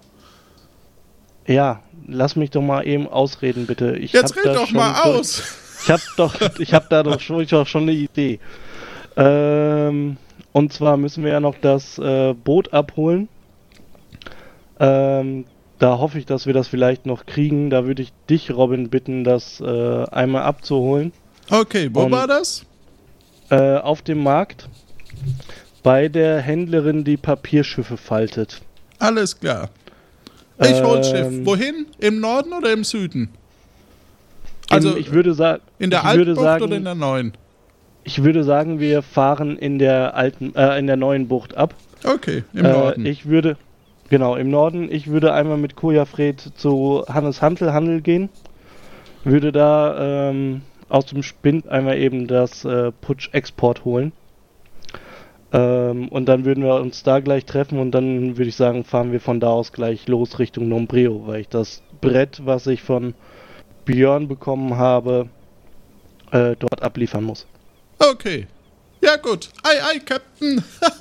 Speaker 3: Ja, lass mich doch mal eben ausreden, bitte.
Speaker 2: Jetzt red doch mal aus.
Speaker 3: Ich hab da doch schon eine Idee. Und zwar müssen wir ja noch das Boot abholen. Da hoffe ich, dass wir das vielleicht noch kriegen. Da würde ich dich, Robin, bitten, das einmal abzuholen.
Speaker 2: Okay, wo war das?
Speaker 3: Auf dem Markt. Bei der Händlerin, die Papierschiffe faltet.
Speaker 2: Alles klar. Ich hol Schiff. Wohin? Im Norden oder im Süden? Also
Speaker 3: ich würde sagen,
Speaker 2: in der alten Bucht oder in der neuen?
Speaker 3: Ich würde sagen, wir fahren in der neuen Bucht ab.
Speaker 2: Okay, im Norden.
Speaker 3: Im Norden. Ich würde einmal mit Kujafred zu Hannes Handel gehen. Würde da aus dem Spind einmal eben das Putsch-Export holen. Und dann würden wir uns da gleich treffen und dann würde ich sagen, fahren wir von da aus gleich los Richtung Nombreo, weil ich das Brett, was ich von Björn bekommen habe, dort abliefern muss.
Speaker 2: Okay. Ja gut. Ei, Captain.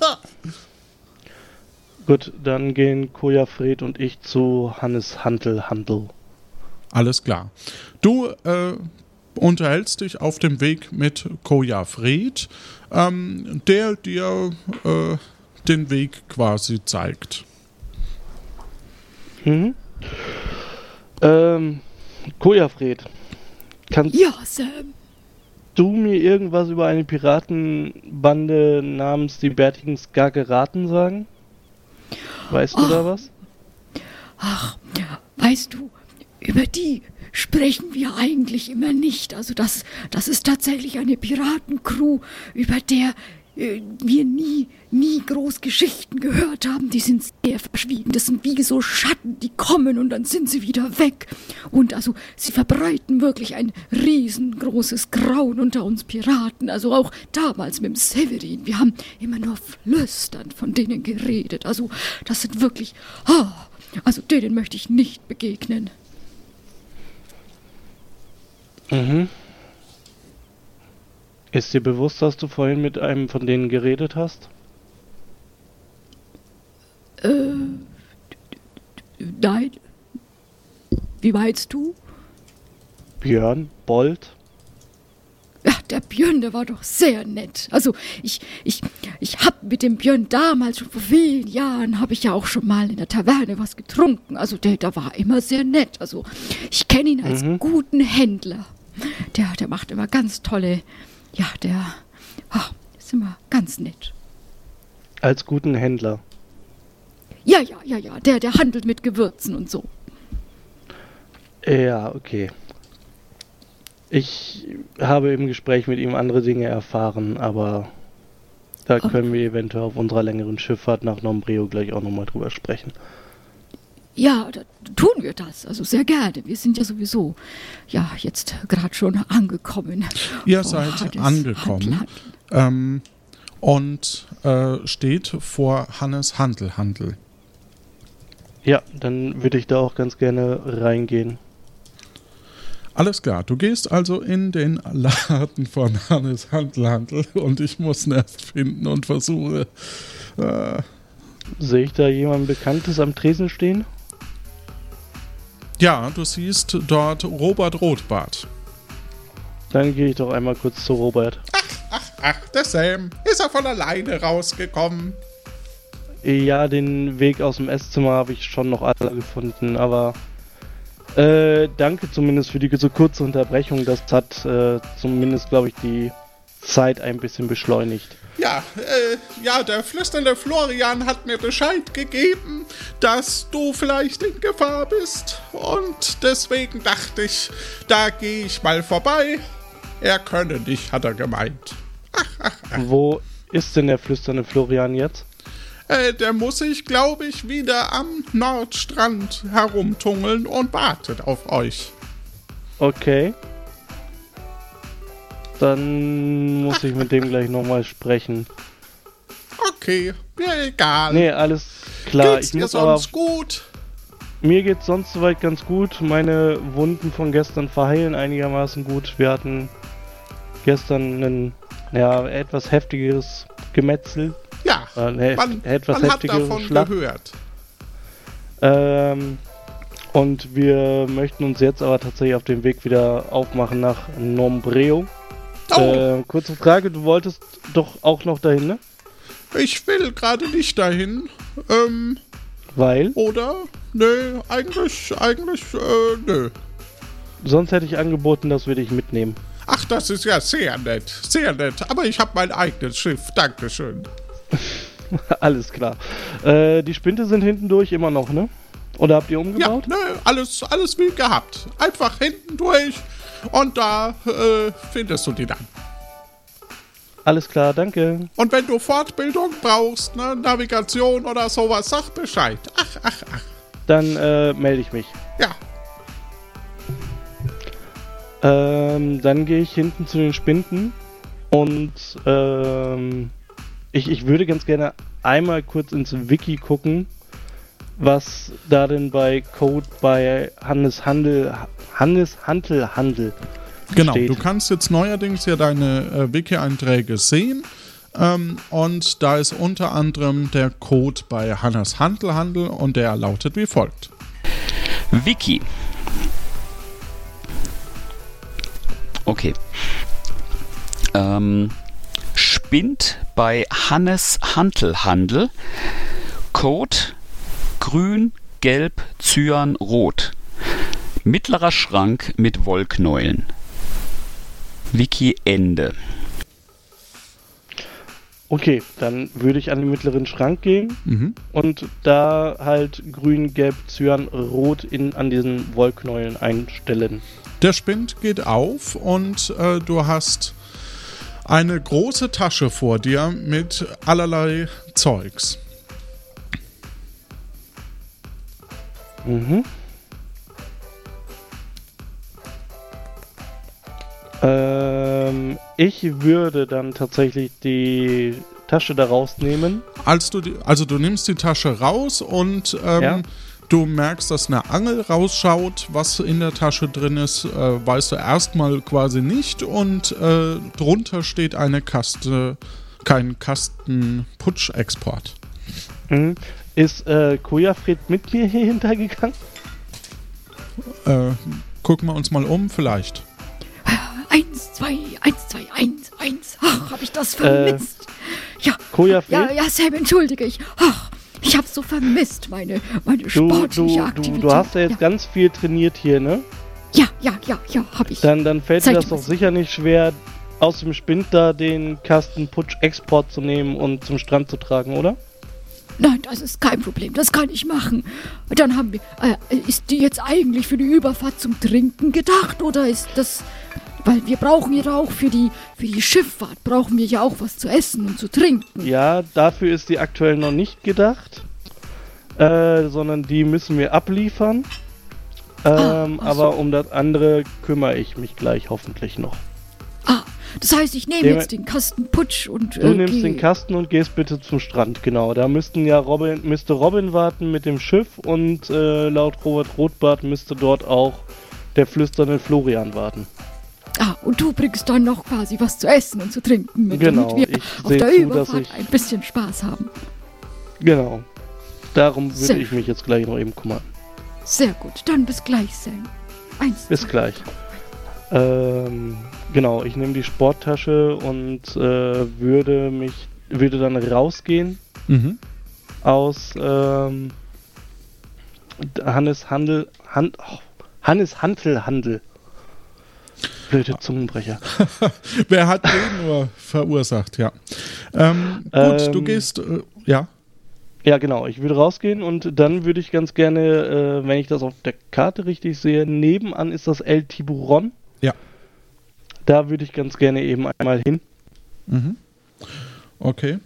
Speaker 3: Gut, dann gehen Kujafred und ich zu Hannes Handel.
Speaker 2: Alles klar. Du unterhältst dich auf dem Weg mit Kujafred, der dir den Weg quasi zeigt.
Speaker 3: Kujafred, kannst
Speaker 5: Sam.
Speaker 3: du mir irgendwas über eine Piratenbande namens die Bärtigen Skagerraten sagen? Weißt du da was?
Speaker 5: Ach, weißt du, über die sprechen wir eigentlich immer nicht. Also das ist tatsächlich eine Piratencrew, über der wir nie groß Geschichten gehört haben. Die sind sehr verschwiegen. Das sind wie so Schatten, die kommen und dann sind sie wieder weg. Und also sie verbreiten wirklich ein riesengroßes Grauen unter uns Piraten. Also auch damals mit dem Severin. Wir haben immer nur flüsternd von denen geredet. Also das sind wirklich... also denen möchte ich nicht begegnen.
Speaker 3: Mhm. Ist dir bewusst, dass du vorhin mit einem von denen geredet hast?
Speaker 5: Nein. Wie meinst du?
Speaker 3: Björn? Bold?
Speaker 5: Ja, der Björn, der war doch sehr nett. Also ich hab mit dem Björn damals, schon vor vielen Jahren, habe ich ja auch schon mal in der Taverne was getrunken. Also der war immer sehr nett. Also ich kenne ihn als guten Händler. Der macht immer ganz tolle... Ja, der ist immer ganz nett.
Speaker 3: Als guten Händler?
Speaker 5: Ja, der handelt mit Gewürzen und so.
Speaker 3: Ja, okay. Ich habe im Gespräch mit ihm andere Dinge erfahren, aber da können wir eventuell auf unserer längeren Schifffahrt nach Nombreo gleich auch nochmal drüber sprechen.
Speaker 5: Ja, da tun wir das. Also sehr gerne. Wir sind ja sowieso jetzt gerade schon angekommen.
Speaker 2: Ihr seid angekommen und steht vor Hannes Handel.
Speaker 3: Ja, dann würde ich da auch ganz gerne reingehen.
Speaker 2: Alles klar, du gehst also in den Laden von Hannes Handel und ich muss ihn erst finden und versuche...
Speaker 3: Sehe ich da jemanden Bekanntes am Tresen stehen?
Speaker 2: Ja, du siehst dort Robert Rotbart.
Speaker 3: Dann gehe ich doch einmal kurz zu Robert.
Speaker 2: Ach, der Sam. Ist er von alleine rausgekommen?
Speaker 3: Ja, den Weg aus dem Esszimmer habe ich schon noch alle gefunden, aber danke zumindest für die so kurze Unterbrechung. Das hat zumindest, glaube ich, die Zeit ein bisschen beschleunigt.
Speaker 2: Ja, der flüsternde Florian hat mir Bescheid gegeben, dass du vielleicht in Gefahr bist. Und deswegen dachte ich, da gehe ich mal vorbei. Er könne nicht, hat er gemeint. Ach.
Speaker 3: Wo ist denn der flüsternde Florian jetzt?
Speaker 2: Der muss sich, glaube ich, wieder am Nordstrand herumtungeln und wartet auf euch.
Speaker 3: Okay. Dann muss ich mit dem gleich nochmal sprechen.
Speaker 2: Okay, mir egal.
Speaker 3: Nee, alles klar.
Speaker 2: Geht's dir sonst gut?
Speaker 3: Mir geht's sonst soweit ganz gut. Meine Wunden von gestern verheilen einigermaßen gut. Wir hatten gestern ein etwas heftigeres Gemetzel.
Speaker 2: Ja, man hat davon
Speaker 3: Schlacht
Speaker 2: gehört.
Speaker 3: Und wir möchten uns jetzt aber tatsächlich auf den Weg wieder aufmachen nach Nombreo. Kurze Frage, du wolltest doch auch noch dahin, ne?
Speaker 2: Ich will gerade nicht dahin.
Speaker 3: Weil?
Speaker 2: Oder? Nö, eigentlich, nö.
Speaker 3: Sonst hätte ich angeboten, dass wir dich mitnehmen.
Speaker 2: Ach, das ist ja sehr nett, sehr nett. Aber ich habe mein eigenes Schiff, dankeschön.
Speaker 3: Alles klar. Die Spinte sind hinten durch immer noch, ne? Oder habt ihr umgebaut?
Speaker 2: Ja, nö, alles wie gehabt. Einfach hinten durch und da findest du die dann.
Speaker 3: Alles klar, danke.
Speaker 2: Und wenn du Fortbildung brauchst, ne, Navigation oder sowas, sag Bescheid. Ach.
Speaker 3: Dann melde ich mich.
Speaker 2: Ja.
Speaker 3: Dann gehe ich hinten zu den Spinden und ich würde ganz gerne einmal kurz ins Wiki gucken, was da denn bei Code bei Hannes Handel
Speaker 2: Genau,
Speaker 3: steht.
Speaker 2: Du kannst jetzt neuerdings ja deine Wiki-Einträge sehen und da ist unter anderem der Code bei Hannes Handel und der lautet wie folgt.
Speaker 8: Wiki. Okay. Spind bei Hannes Handel. Code grün, gelb, cyan, rot. Mittlerer Schrank mit Wollknäueln. Wiki Ende.
Speaker 3: Okay, dann würde ich an den mittleren Schrank gehen und da halt grün, gelb, cyan, rot an diesen Wollknäueln einstellen.
Speaker 2: Der Spind geht auf und du hast eine große Tasche vor dir mit allerlei Zeugs.
Speaker 3: Mhm. Ich würde dann tatsächlich die Tasche da rausnehmen.
Speaker 2: Also du nimmst die Tasche raus und du merkst, dass eine Angel rausschaut. Was in der Tasche drin ist, weißt du erstmal quasi nicht. Und drunter steht kein Kasten Putschexport.
Speaker 3: Mhm. Ist Kojafred mit mir hier hintergegangen?
Speaker 2: Gucken wir uns mal um, vielleicht.
Speaker 5: 1, 2, 1, 2, 1, 1. Ach, hab ich das vermisst. Ja,
Speaker 3: Kojafred?
Speaker 5: Ja, Sam, entschuldige ich. Ach, ich hab's so vermisst, meine sportliche Aktivität.
Speaker 3: Du hast ja jetzt ganz viel trainiert hier, ne?
Speaker 5: Ja, hab ich.
Speaker 3: Dann fällt dir das doch sicher nicht schwer, aus dem Spind da den Kasten Putsch-Export zu nehmen und zum Strand zu tragen, oder?
Speaker 5: Nein, das ist kein Problem, das kann ich machen. Dann haben wir, ist die jetzt eigentlich für die Überfahrt zum Trinken gedacht oder ist das, weil wir brauchen ja auch für die Schifffahrt, brauchen wir ja auch was zu essen und zu trinken.
Speaker 3: Ja, dafür ist die aktuell noch nicht gedacht, sondern die müssen wir abliefern. Aber um das andere kümmere ich mich gleich hoffentlich noch.
Speaker 5: Das heißt, ich nehme jetzt den Kasten Putsch und
Speaker 3: du nimmst den Kasten und gehst bitte zum Strand, genau. Da müsste Robin warten mit dem Schiff und laut Robert Rotbart müsste dort auch der flüsternde Florian warten.
Speaker 5: Und du bringst dann noch quasi was zu essen und zu trinken mit,
Speaker 3: genau,
Speaker 5: damit wir auf der Überfahrt ein bisschen Spaß haben.
Speaker 3: Genau. Darum würde ich mich jetzt gleich noch eben kümmern.
Speaker 5: Sehr gut, dann bis gleich, Sam.
Speaker 3: Bis gleich. Genau, ich nehme die Sporttasche und würde dann rausgehen aus Hannes Hantelhandel. Blöde Zungenbrecher.
Speaker 2: Wer hat den nur verursacht, ja. Gut, du gehst, ja.
Speaker 3: Ja, genau. Ich würde rausgehen und dann würde ich ganz gerne, wenn ich das auf der Karte richtig sehe, nebenan ist das El Tiburon.
Speaker 2: Ja.
Speaker 3: Da würde ich ganz gerne eben einmal hin.
Speaker 2: Mhm. Okay.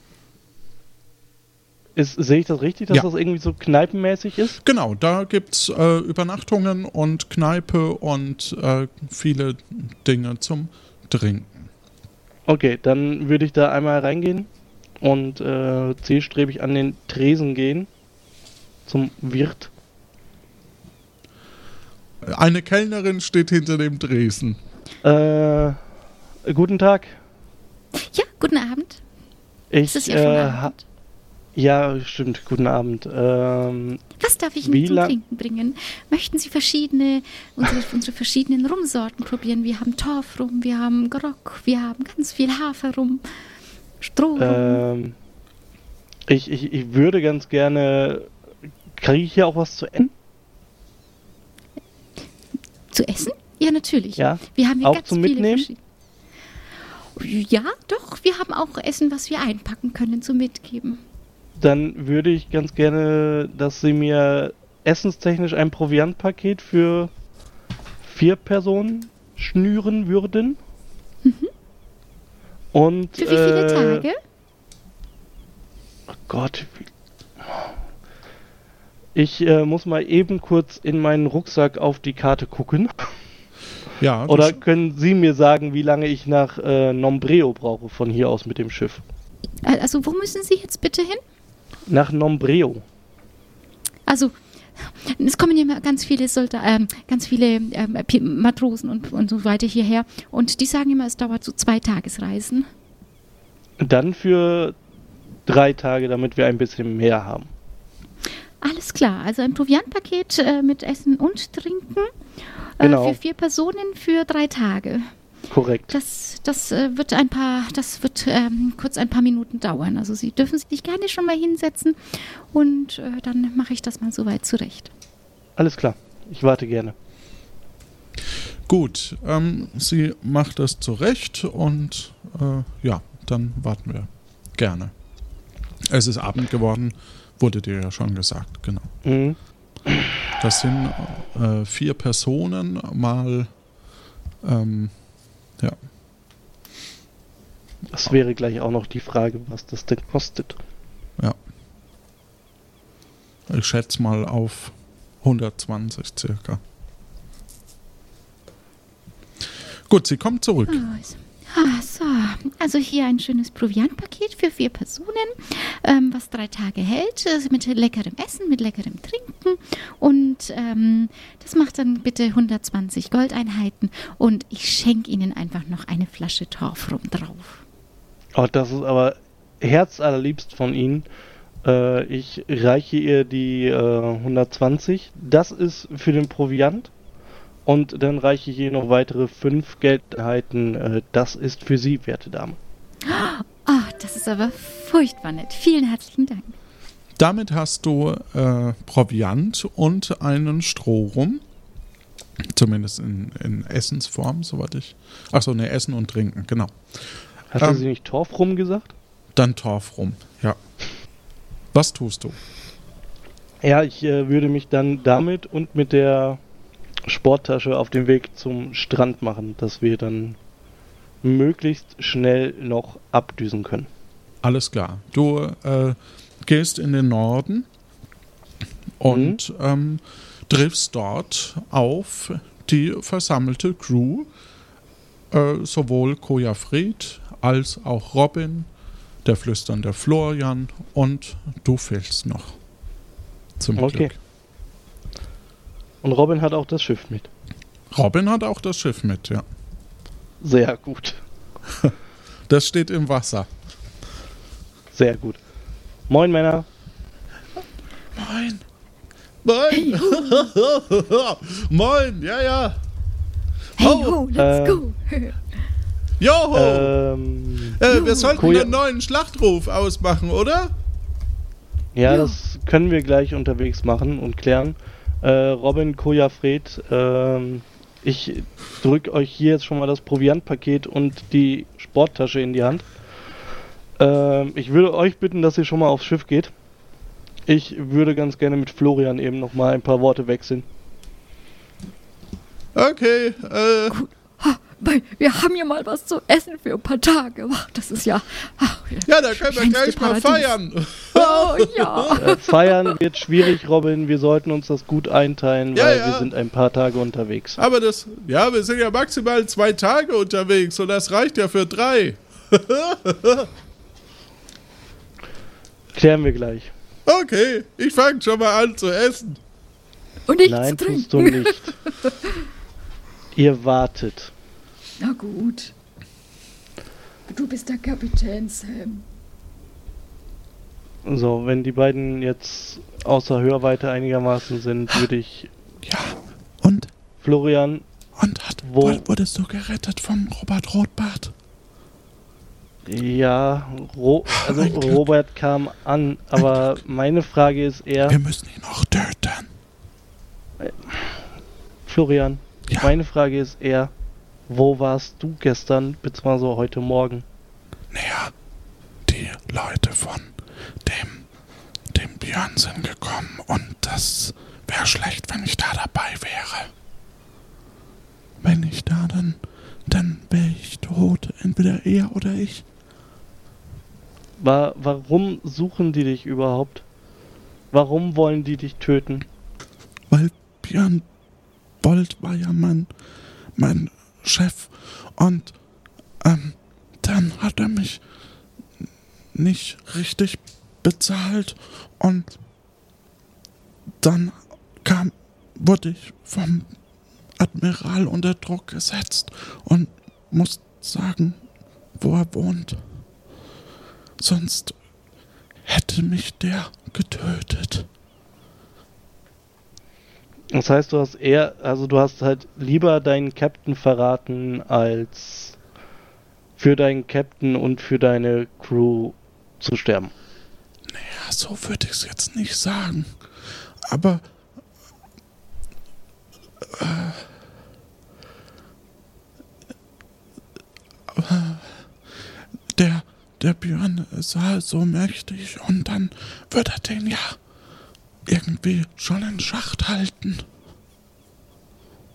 Speaker 3: Sehe ich das richtig, dass das irgendwie so kneipenmäßig ist?
Speaker 2: Genau, da gibt es Übernachtungen und Kneipe und viele Dinge zum Trinken.
Speaker 3: Okay, dann würde ich da einmal reingehen und zielstrebig an den Tresen gehen. Zum Wirt.
Speaker 2: Eine Kellnerin steht hinter dem Tresen.
Speaker 3: Guten Tag.
Speaker 5: Ja, guten Abend.
Speaker 3: Ist das ja schon Abend? Ja, stimmt. Guten Abend.
Speaker 5: Was darf ich Ihnen zum Trinken bringen? Möchten Sie unsere verschiedenen Rumsorten probieren? Wir haben Torfrum, wir haben Grog, wir haben ganz viel Haferrum, Strohrum.
Speaker 3: Ich würde ganz gerne... Kriege ich hier auch was zu essen?
Speaker 5: Zu essen? Ja, natürlich.
Speaker 3: Ja?
Speaker 5: Wir haben hier
Speaker 3: auch
Speaker 5: ganz
Speaker 3: zum
Speaker 5: viele
Speaker 3: Mitnehmen?
Speaker 5: Ja, doch. Wir haben auch Essen, was wir einpacken können zum Mitgeben.
Speaker 3: Dann würde ich ganz gerne, dass Sie mir essenstechnisch ein Proviantpaket für 4 Personen schnüren würden.
Speaker 5: Mhm.
Speaker 3: Und,
Speaker 5: für wie viele Tage?
Speaker 3: Oh Gott. Ich muss mal eben kurz in meinen Rucksack auf die Karte gucken.
Speaker 2: Ja.
Speaker 3: Oder können Sie mir sagen, wie lange ich nach Nombreo brauche von hier aus mit dem Schiff?
Speaker 5: Also wo müssen Sie jetzt bitte hin?
Speaker 3: Nach Nombreo.
Speaker 5: Also, es kommen ja immer ganz viele Matrosen und so weiter hierher. Und die sagen immer, es dauert so 2 Tagesreisen.
Speaker 3: Dann für 3 Tage, damit wir ein bisschen mehr haben.
Speaker 5: Alles klar, also ein Proviantpaket mit Essen und Trinken
Speaker 3: genau.
Speaker 5: Für 4 Personen für 3 Tage.
Speaker 3: Korrekt.
Speaker 5: Das wird kurz ein paar Minuten dauern. Also Sie dürfen sich gerne schon mal hinsetzen und dann mache ich das mal soweit zurecht.
Speaker 3: Alles klar, ich warte gerne.
Speaker 2: Gut, sie macht das zurecht und dann warten wir gerne. Es ist Abend geworden, wurde dir ja schon gesagt, genau.
Speaker 3: Mhm.
Speaker 2: Das sind 4 Personen mal
Speaker 3: Das wäre gleich auch noch die Frage, was das denn kostet.
Speaker 2: Ja. Ich schätze mal auf 120 circa. Gut, sie kommt zurück.
Speaker 5: So, also hier ein schönes Proviantpaket für 4 Personen, was 3 Tage hält, mit leckerem Essen, mit leckerem Trinken und das macht dann bitte 120 Goldeinheiten und ich schenke Ihnen einfach noch eine Flasche Torfrum drauf.
Speaker 3: Oh, das ist aber herzallerliebst von Ihnen. Ich reiche ihr die 120. Das ist für den Proviant. Und dann reiche ich ihr noch weitere 5 Geldeinheiten. Das ist für Sie, werte Dame.
Speaker 5: Oh, das ist aber furchtbar nett. Vielen herzlichen Dank.
Speaker 2: Damit hast du Proviant und einen Strohrum. Zumindest in Essensform, soweit ich... Achso, ne, Essen und Trinken, genau.
Speaker 3: Hatte sie nicht Torfrum gesagt?
Speaker 2: Dann Torfrum, ja. Was tust du?
Speaker 3: Ja, ich würde mich dann damit und mit der Sporttasche auf den Weg zum Strand machen, dass wir dann möglichst schnell noch abdüsen können.
Speaker 2: Alles klar. Du gehst in den Norden und triffst dort auf die versammelte Crew, sowohl Kojafried als auch Robin, der flüsternde Florian und du fehlst noch. Zum Glück.
Speaker 3: Und Robin hat auch das Schiff mit.
Speaker 2: Robin hat auch das Schiff mit, ja.
Speaker 3: Sehr gut.
Speaker 2: Das steht im Wasser.
Speaker 3: Sehr gut. Moin, Männer.
Speaker 2: Moin. Moin. Moin, ja, ja.
Speaker 5: Hey ho, let's go.
Speaker 2: Joho. Wir sollten
Speaker 3: Koja
Speaker 2: einen neuen Schlachtruf ausmachen, oder?
Speaker 3: Ja, das können wir gleich unterwegs machen und klären. Robin, Kojafried, ich drücke euch hier jetzt schon mal das Proviantpaket und die Sporttasche in die Hand. Ich würde euch bitten, dass ihr schon mal aufs Schiff geht. Ich würde ganz gerne mit Florian eben noch mal ein paar Worte wechseln.
Speaker 2: Okay,
Speaker 5: Gut. Weil wir haben hier mal was zu essen für ein paar Tage. Ach, das ist ja...
Speaker 2: ja, da können wir gleich mal feiern.
Speaker 5: Oh ja.
Speaker 3: Feiern wird schwierig, Robin. Wir sollten uns das gut einteilen, weil wir sind ein paar Tage unterwegs.
Speaker 2: Aber wir sind ja maximal 2 Tage unterwegs und das reicht ja für 3.
Speaker 3: Klären wir gleich.
Speaker 2: Okay, ich fange schon mal an zu essen.
Speaker 5: Und nichts
Speaker 3: Nein,
Speaker 5: trinken.
Speaker 3: tust du nicht. Ihr wartet.
Speaker 5: Na gut. Du bist der Kapitän, Sam.
Speaker 3: So, wenn die beiden jetzt außer Hörweite einigermaßen sind, würde ich...
Speaker 2: Ja, und?
Speaker 3: Florian...
Speaker 2: Wurdest du gerettet vom Robert Rotbart?
Speaker 3: Ja, Robert kam an, aber meine Frage ist eher...
Speaker 2: Wir müssen ihn auch töten.
Speaker 3: Florian,
Speaker 2: ja.
Speaker 3: Meine Frage ist eher, wo warst du gestern, beziehungsweise heute Morgen?
Speaker 2: Naja, die Leute von dem Björn sind gekommen und das wäre schlecht, wenn ich da dabei wäre. Wenn ich da, dann wäre ich tot, entweder er oder ich.
Speaker 3: Warum suchen die dich überhaupt? Warum wollen die dich töten?
Speaker 2: Weil Björn Bold war ja mein Chef und dann hat er mich nicht richtig bezahlt und dann wurde ich vom Admiral unter Druck gesetzt und muss sagen, wo er wohnt. Sonst hätte mich der getötet.
Speaker 3: Das heißt, du hast halt lieber deinen Captain verraten, als für deinen Captain und für deine Crew zu sterben.
Speaker 2: Naja, so würde ich es jetzt nicht sagen. Aber der Björn ist halt so mächtig und dann wird er den ja irgendwie schon in Schacht halten.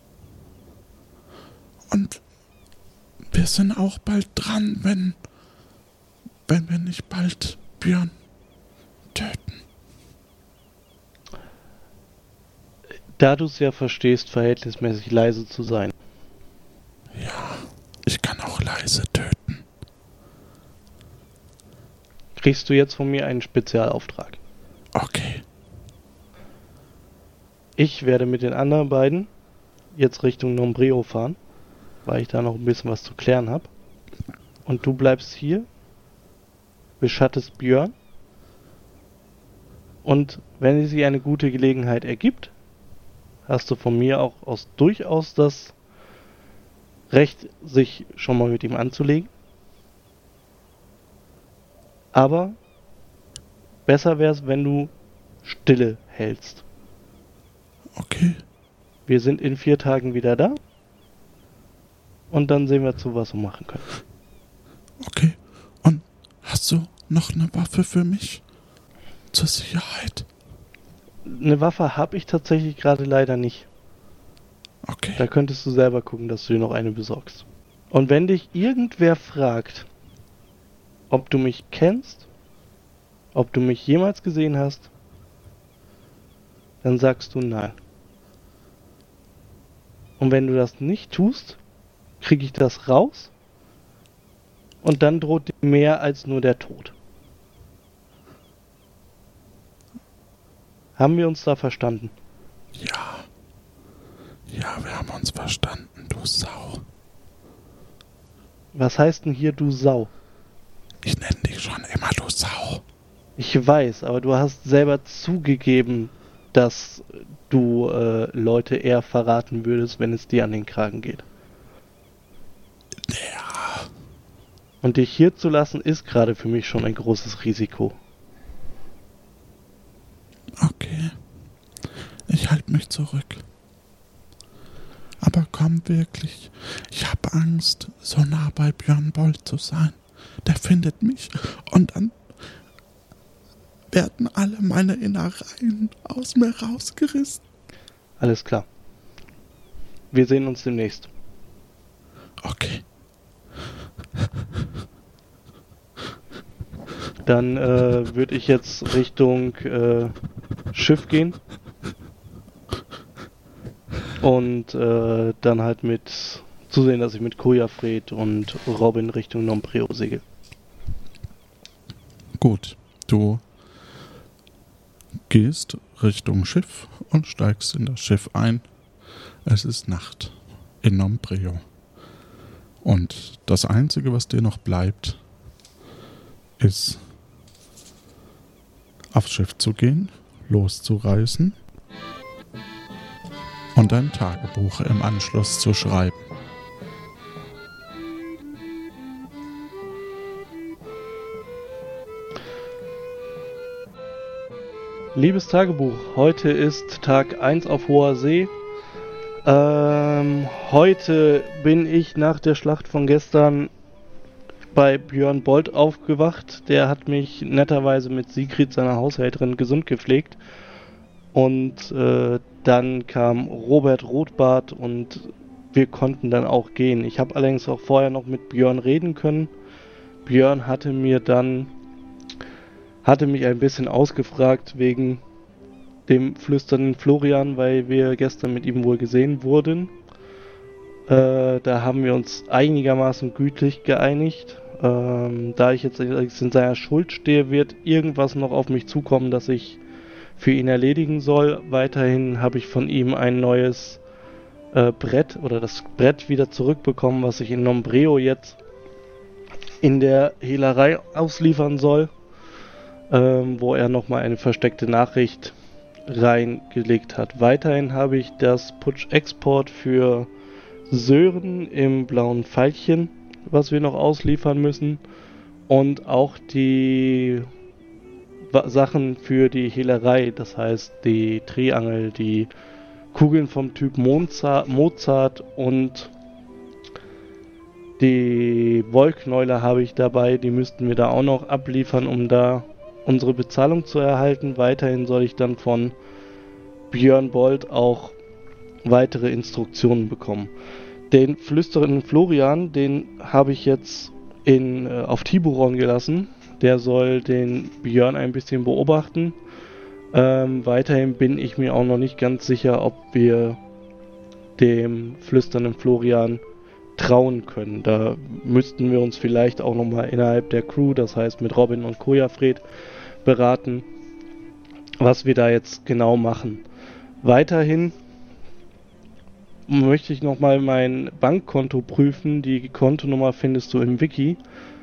Speaker 2: Und wir sind auch bald dran, wenn wenn wir nicht bald Björn töten?
Speaker 3: Da du es ja verstehst, verhältnismäßig leise zu sein.
Speaker 2: Ja, ich kann auch leise töten.
Speaker 3: Kriegst du jetzt von mir einen Spezialauftrag.
Speaker 2: Okay.
Speaker 3: Ich werde mit den anderen beiden jetzt Richtung Nombreo fahren, weil ich da noch ein bisschen was zu klären habe. Und du bleibst hier, beschattest Björn. Und wenn sich eine gute Gelegenheit ergibt, hast du von mir auch durchaus das Recht, sich schon mal mit ihm anzulegen. Aber besser wäre es, wenn du Stille hältst.
Speaker 2: Okay.
Speaker 3: Wir sind in 4 Tagen wieder da. Und dann sehen wir zu, was wir machen können.
Speaker 2: Okay. Und hast du noch eine Waffe für mich? Zur Sicherheit?
Speaker 3: Eine Waffe habe ich tatsächlich gerade leider nicht.
Speaker 2: Okay.
Speaker 3: Da könntest du selber gucken, dass du dir noch eine besorgst. Und wenn dich irgendwer fragt, ob du mich kennst, ob du mich jemals gesehen hast, dann sagst du nein. Und wenn du das nicht tust, kriege ich das raus und dann droht dir mehr als nur der Tod. Haben wir uns da verstanden?
Speaker 2: Ja. Ja, wir haben uns verstanden, du Sau.
Speaker 3: Was heißt denn hier, du Sau?
Speaker 2: Ich nenne dich schon immer du Sau.
Speaker 3: Ich weiß, aber du hast selber zugegeben, dass du Leute eher verraten würdest, wenn es dir an den Kragen geht.
Speaker 2: Ja.
Speaker 3: Und dich hier zu lassen, ist gerade für mich schon ein großes Risiko.
Speaker 2: Okay. Ich halte mich zurück. Aber komm wirklich. Ich habe Angst, so nah bei Björn Bolt zu sein. Der findet mich und dann werden alle meine Innereien aus mir rausgerissen.
Speaker 3: Alles klar. Wir sehen uns demnächst.
Speaker 2: Okay.
Speaker 3: Dann würde ich jetzt Richtung Schiff gehen. Und dann halt zusehen, dass ich mit Kojafred und Robin Richtung Nombreo segel.
Speaker 2: Gut, du gehst Richtung Schiff und steigst in das Schiff ein. Es ist Nacht in Nombreo. Und das Einzige, was dir noch bleibt, ist aufs Schiff zu gehen, loszureißen und ein Tagebuch im Anschluss zu schreiben.
Speaker 3: Liebes Tagebuch, heute ist Tag 1 auf hoher See. Heute bin ich nach der Schlacht von gestern bei Björn Bolt aufgewacht. Der hat mich netterweise mit Sigrid, seiner Haushälterin, gesund gepflegt. Und dann kam Robert Rotbart und wir konnten dann auch gehen. Ich habe allerdings auch vorher noch mit Björn reden können. Björn hatte mich ein bisschen ausgefragt wegen dem flüsternden Florian, weil wir gestern mit ihm wohl gesehen wurden. Da haben wir uns einigermaßen gütlich geeinigt. Da ich jetzt in seiner Schuld stehe, wird irgendwas noch auf mich zukommen, das ich für ihn erledigen soll. Weiterhin habe ich von ihm ein neues Brett oder das Brett wieder zurückbekommen, was ich in Nombreo jetzt in der Hehlerei ausliefern soll, wo er nochmal eine versteckte Nachricht reingelegt hat. Weiterhin habe ich das Putsch-Export für Sören im blauen Pfeilchen, was wir noch ausliefern müssen, und auch die Sachen für die Hehlerei, das heißt die Triangel, die Kugeln vom Typ Mozart und die Wollknäuler habe ich dabei, die müssten wir da auch noch abliefern, um da unsere Bezahlung zu erhalten. Weiterhin soll ich dann von Björn Bolt auch weitere Instruktionen bekommen. Den flüsternden Florian, den habe ich jetzt auf Tiburon gelassen, Der soll den Björn ein bisschen beobachten. Weiterhin bin ich mir auch noch nicht ganz sicher, ob wir dem flüsternden Florian trauen können. Da müssten wir uns vielleicht auch nochmal innerhalb der Crew, das heißt mit Robin und Kojafred, beraten, was wir da jetzt genau machen. Weiterhin möchte ich nochmal mein Bankkonto prüfen. Die Kontonummer findest du im Wiki.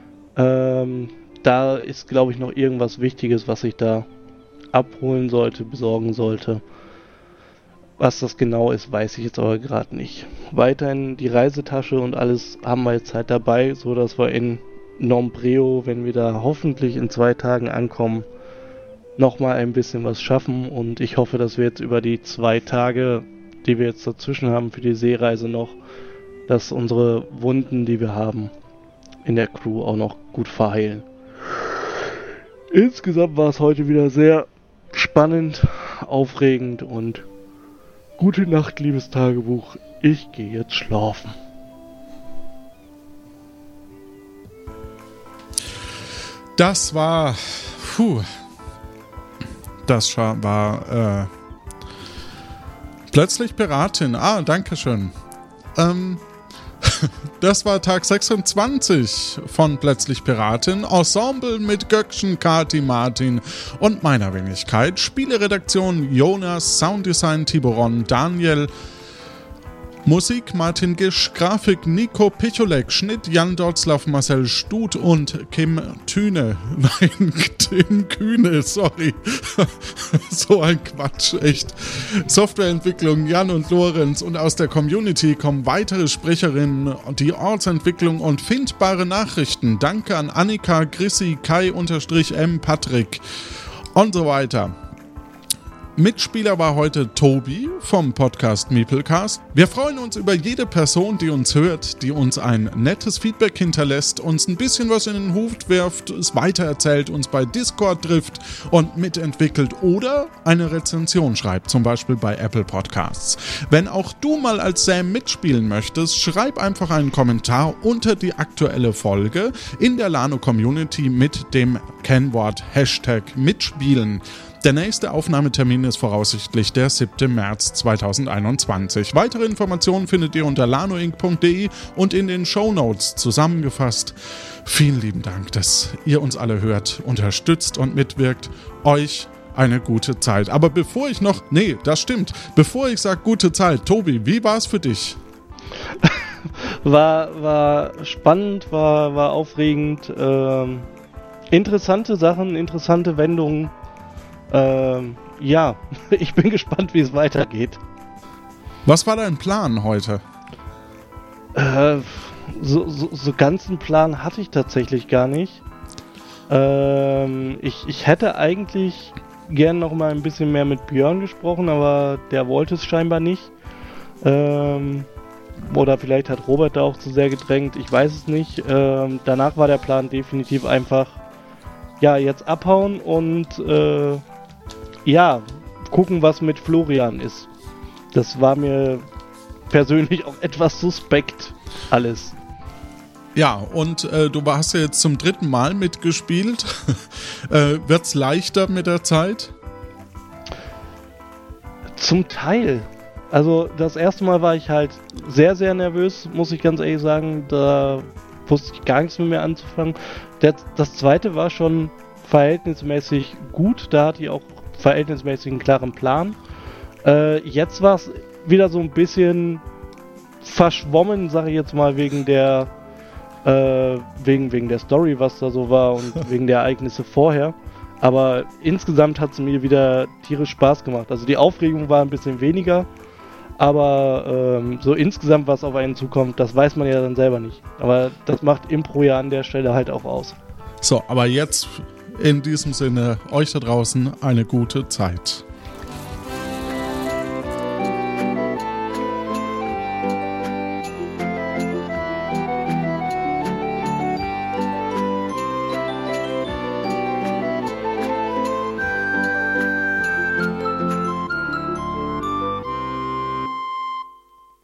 Speaker 3: Da ist, glaube ich, noch irgendwas Wichtiges, was ich da abholen sollte, besorgen sollte. Was das genau ist, weiß ich jetzt aber gerade nicht. Weiterhin die Reisetasche und alles haben wir jetzt halt dabei, so dass wir in Nombreo, wenn wir da hoffentlich in 2 Tagen ankommen, nochmal ein bisschen was schaffen. Und ich hoffe, dass wir jetzt über die 2 Tage, die wir jetzt dazwischen haben für die Seereise noch, dass unsere Wunden, die wir haben, in der Crew auch noch gut verheilen. Insgesamt war es heute wieder sehr spannend, aufregend und gute Nacht, liebes Tagebuch. Ich gehe jetzt schlafen.
Speaker 2: Das war... Das war... Plötzlich Piratin. Danke schön. Das war Tag 26 von Plötzlich Piratin. Ensemble mit Göckchen, Kati, Martin und meiner Wenigkeit. Spieleredaktion Jonas, Sounddesign Tiburon, Daniel, Musik Martin Gisch, Grafik Nico Picholek, Schnitt Jan Dotzlaff, Marcel Stut und Kim Thüne. Nein, Tim Kühne, sorry. So ein Quatsch, echt. Softwareentwicklung Jan und Lorenz und aus der Community kommen weitere Sprecherinnen, die Ortsentwicklung und findbare Nachrichten. Danke an Annika, Chrissy, Kai-M, Patrick und so weiter. Mitspieler war heute Tobi vom Podcast Meeplecast. Wir freuen uns über jede Person, die uns hört, die uns ein nettes Feedback hinterlässt, uns ein bisschen was in den Hut wirft, es weitererzählt, uns bei Discord trifft und mitentwickelt oder eine Rezension schreibt, zum Beispiel bei Apple Podcasts. Wenn auch du mal als Sam mitspielen möchtest, schreib einfach einen Kommentar unter die aktuelle Folge in der Lano-Community mit dem Kennwort #mitspielen. Der nächste Aufnahmetermin ist voraussichtlich der 7. März 2021. Weitere Informationen findet ihr unter lanoinc.de und in den Shownotes zusammengefasst. Vielen lieben Dank, dass ihr uns alle hört, unterstützt und mitwirkt. Euch eine gute Zeit. Aber bevor ich sage gute Zeit, Tobi, wie war es für dich?
Speaker 3: War spannend, war aufregend. Interessante Sachen, interessante Wendungen. Ja, ich bin gespannt, wie es weitergeht.
Speaker 2: Was war dein Plan heute?
Speaker 3: So ganzen Plan hatte ich tatsächlich gar nicht. Ich hätte eigentlich gern noch mal ein bisschen mehr mit Björn gesprochen, aber der wollte es scheinbar nicht. Oder vielleicht hat Robert da auch zu sehr gedrängt, ich weiß es nicht. Danach war der Plan definitiv einfach, ja, jetzt abhauen und gucken, was mit Florian ist. Das war mir persönlich auch etwas suspekt, alles.
Speaker 2: Ja, und du hast ja jetzt zum 3. Mal mitgespielt. Wird's leichter mit der Zeit?
Speaker 3: Zum Teil. Also das erste Mal war ich halt sehr, sehr nervös, muss ich ganz ehrlich sagen. Da wusste ich gar nichts mit mir anzufangen. Das zweite war schon verhältnismäßig gut. Da hatte ich auch verhältnismäßig einen klaren Plan. Jetzt war es wieder so ein bisschen verschwommen, sage ich jetzt mal, wegen der Story, was da so war und wegen der Ereignisse vorher. Aber insgesamt hat es mir wieder tierisch Spaß gemacht. Also die Aufregung war ein bisschen weniger, aber so insgesamt, was auf einen zukommt, das weiß man ja dann selber nicht. Aber das macht Impro ja an der Stelle halt auch aus.
Speaker 2: So, aber jetzt in diesem Sinne, euch da draußen eine gute Zeit.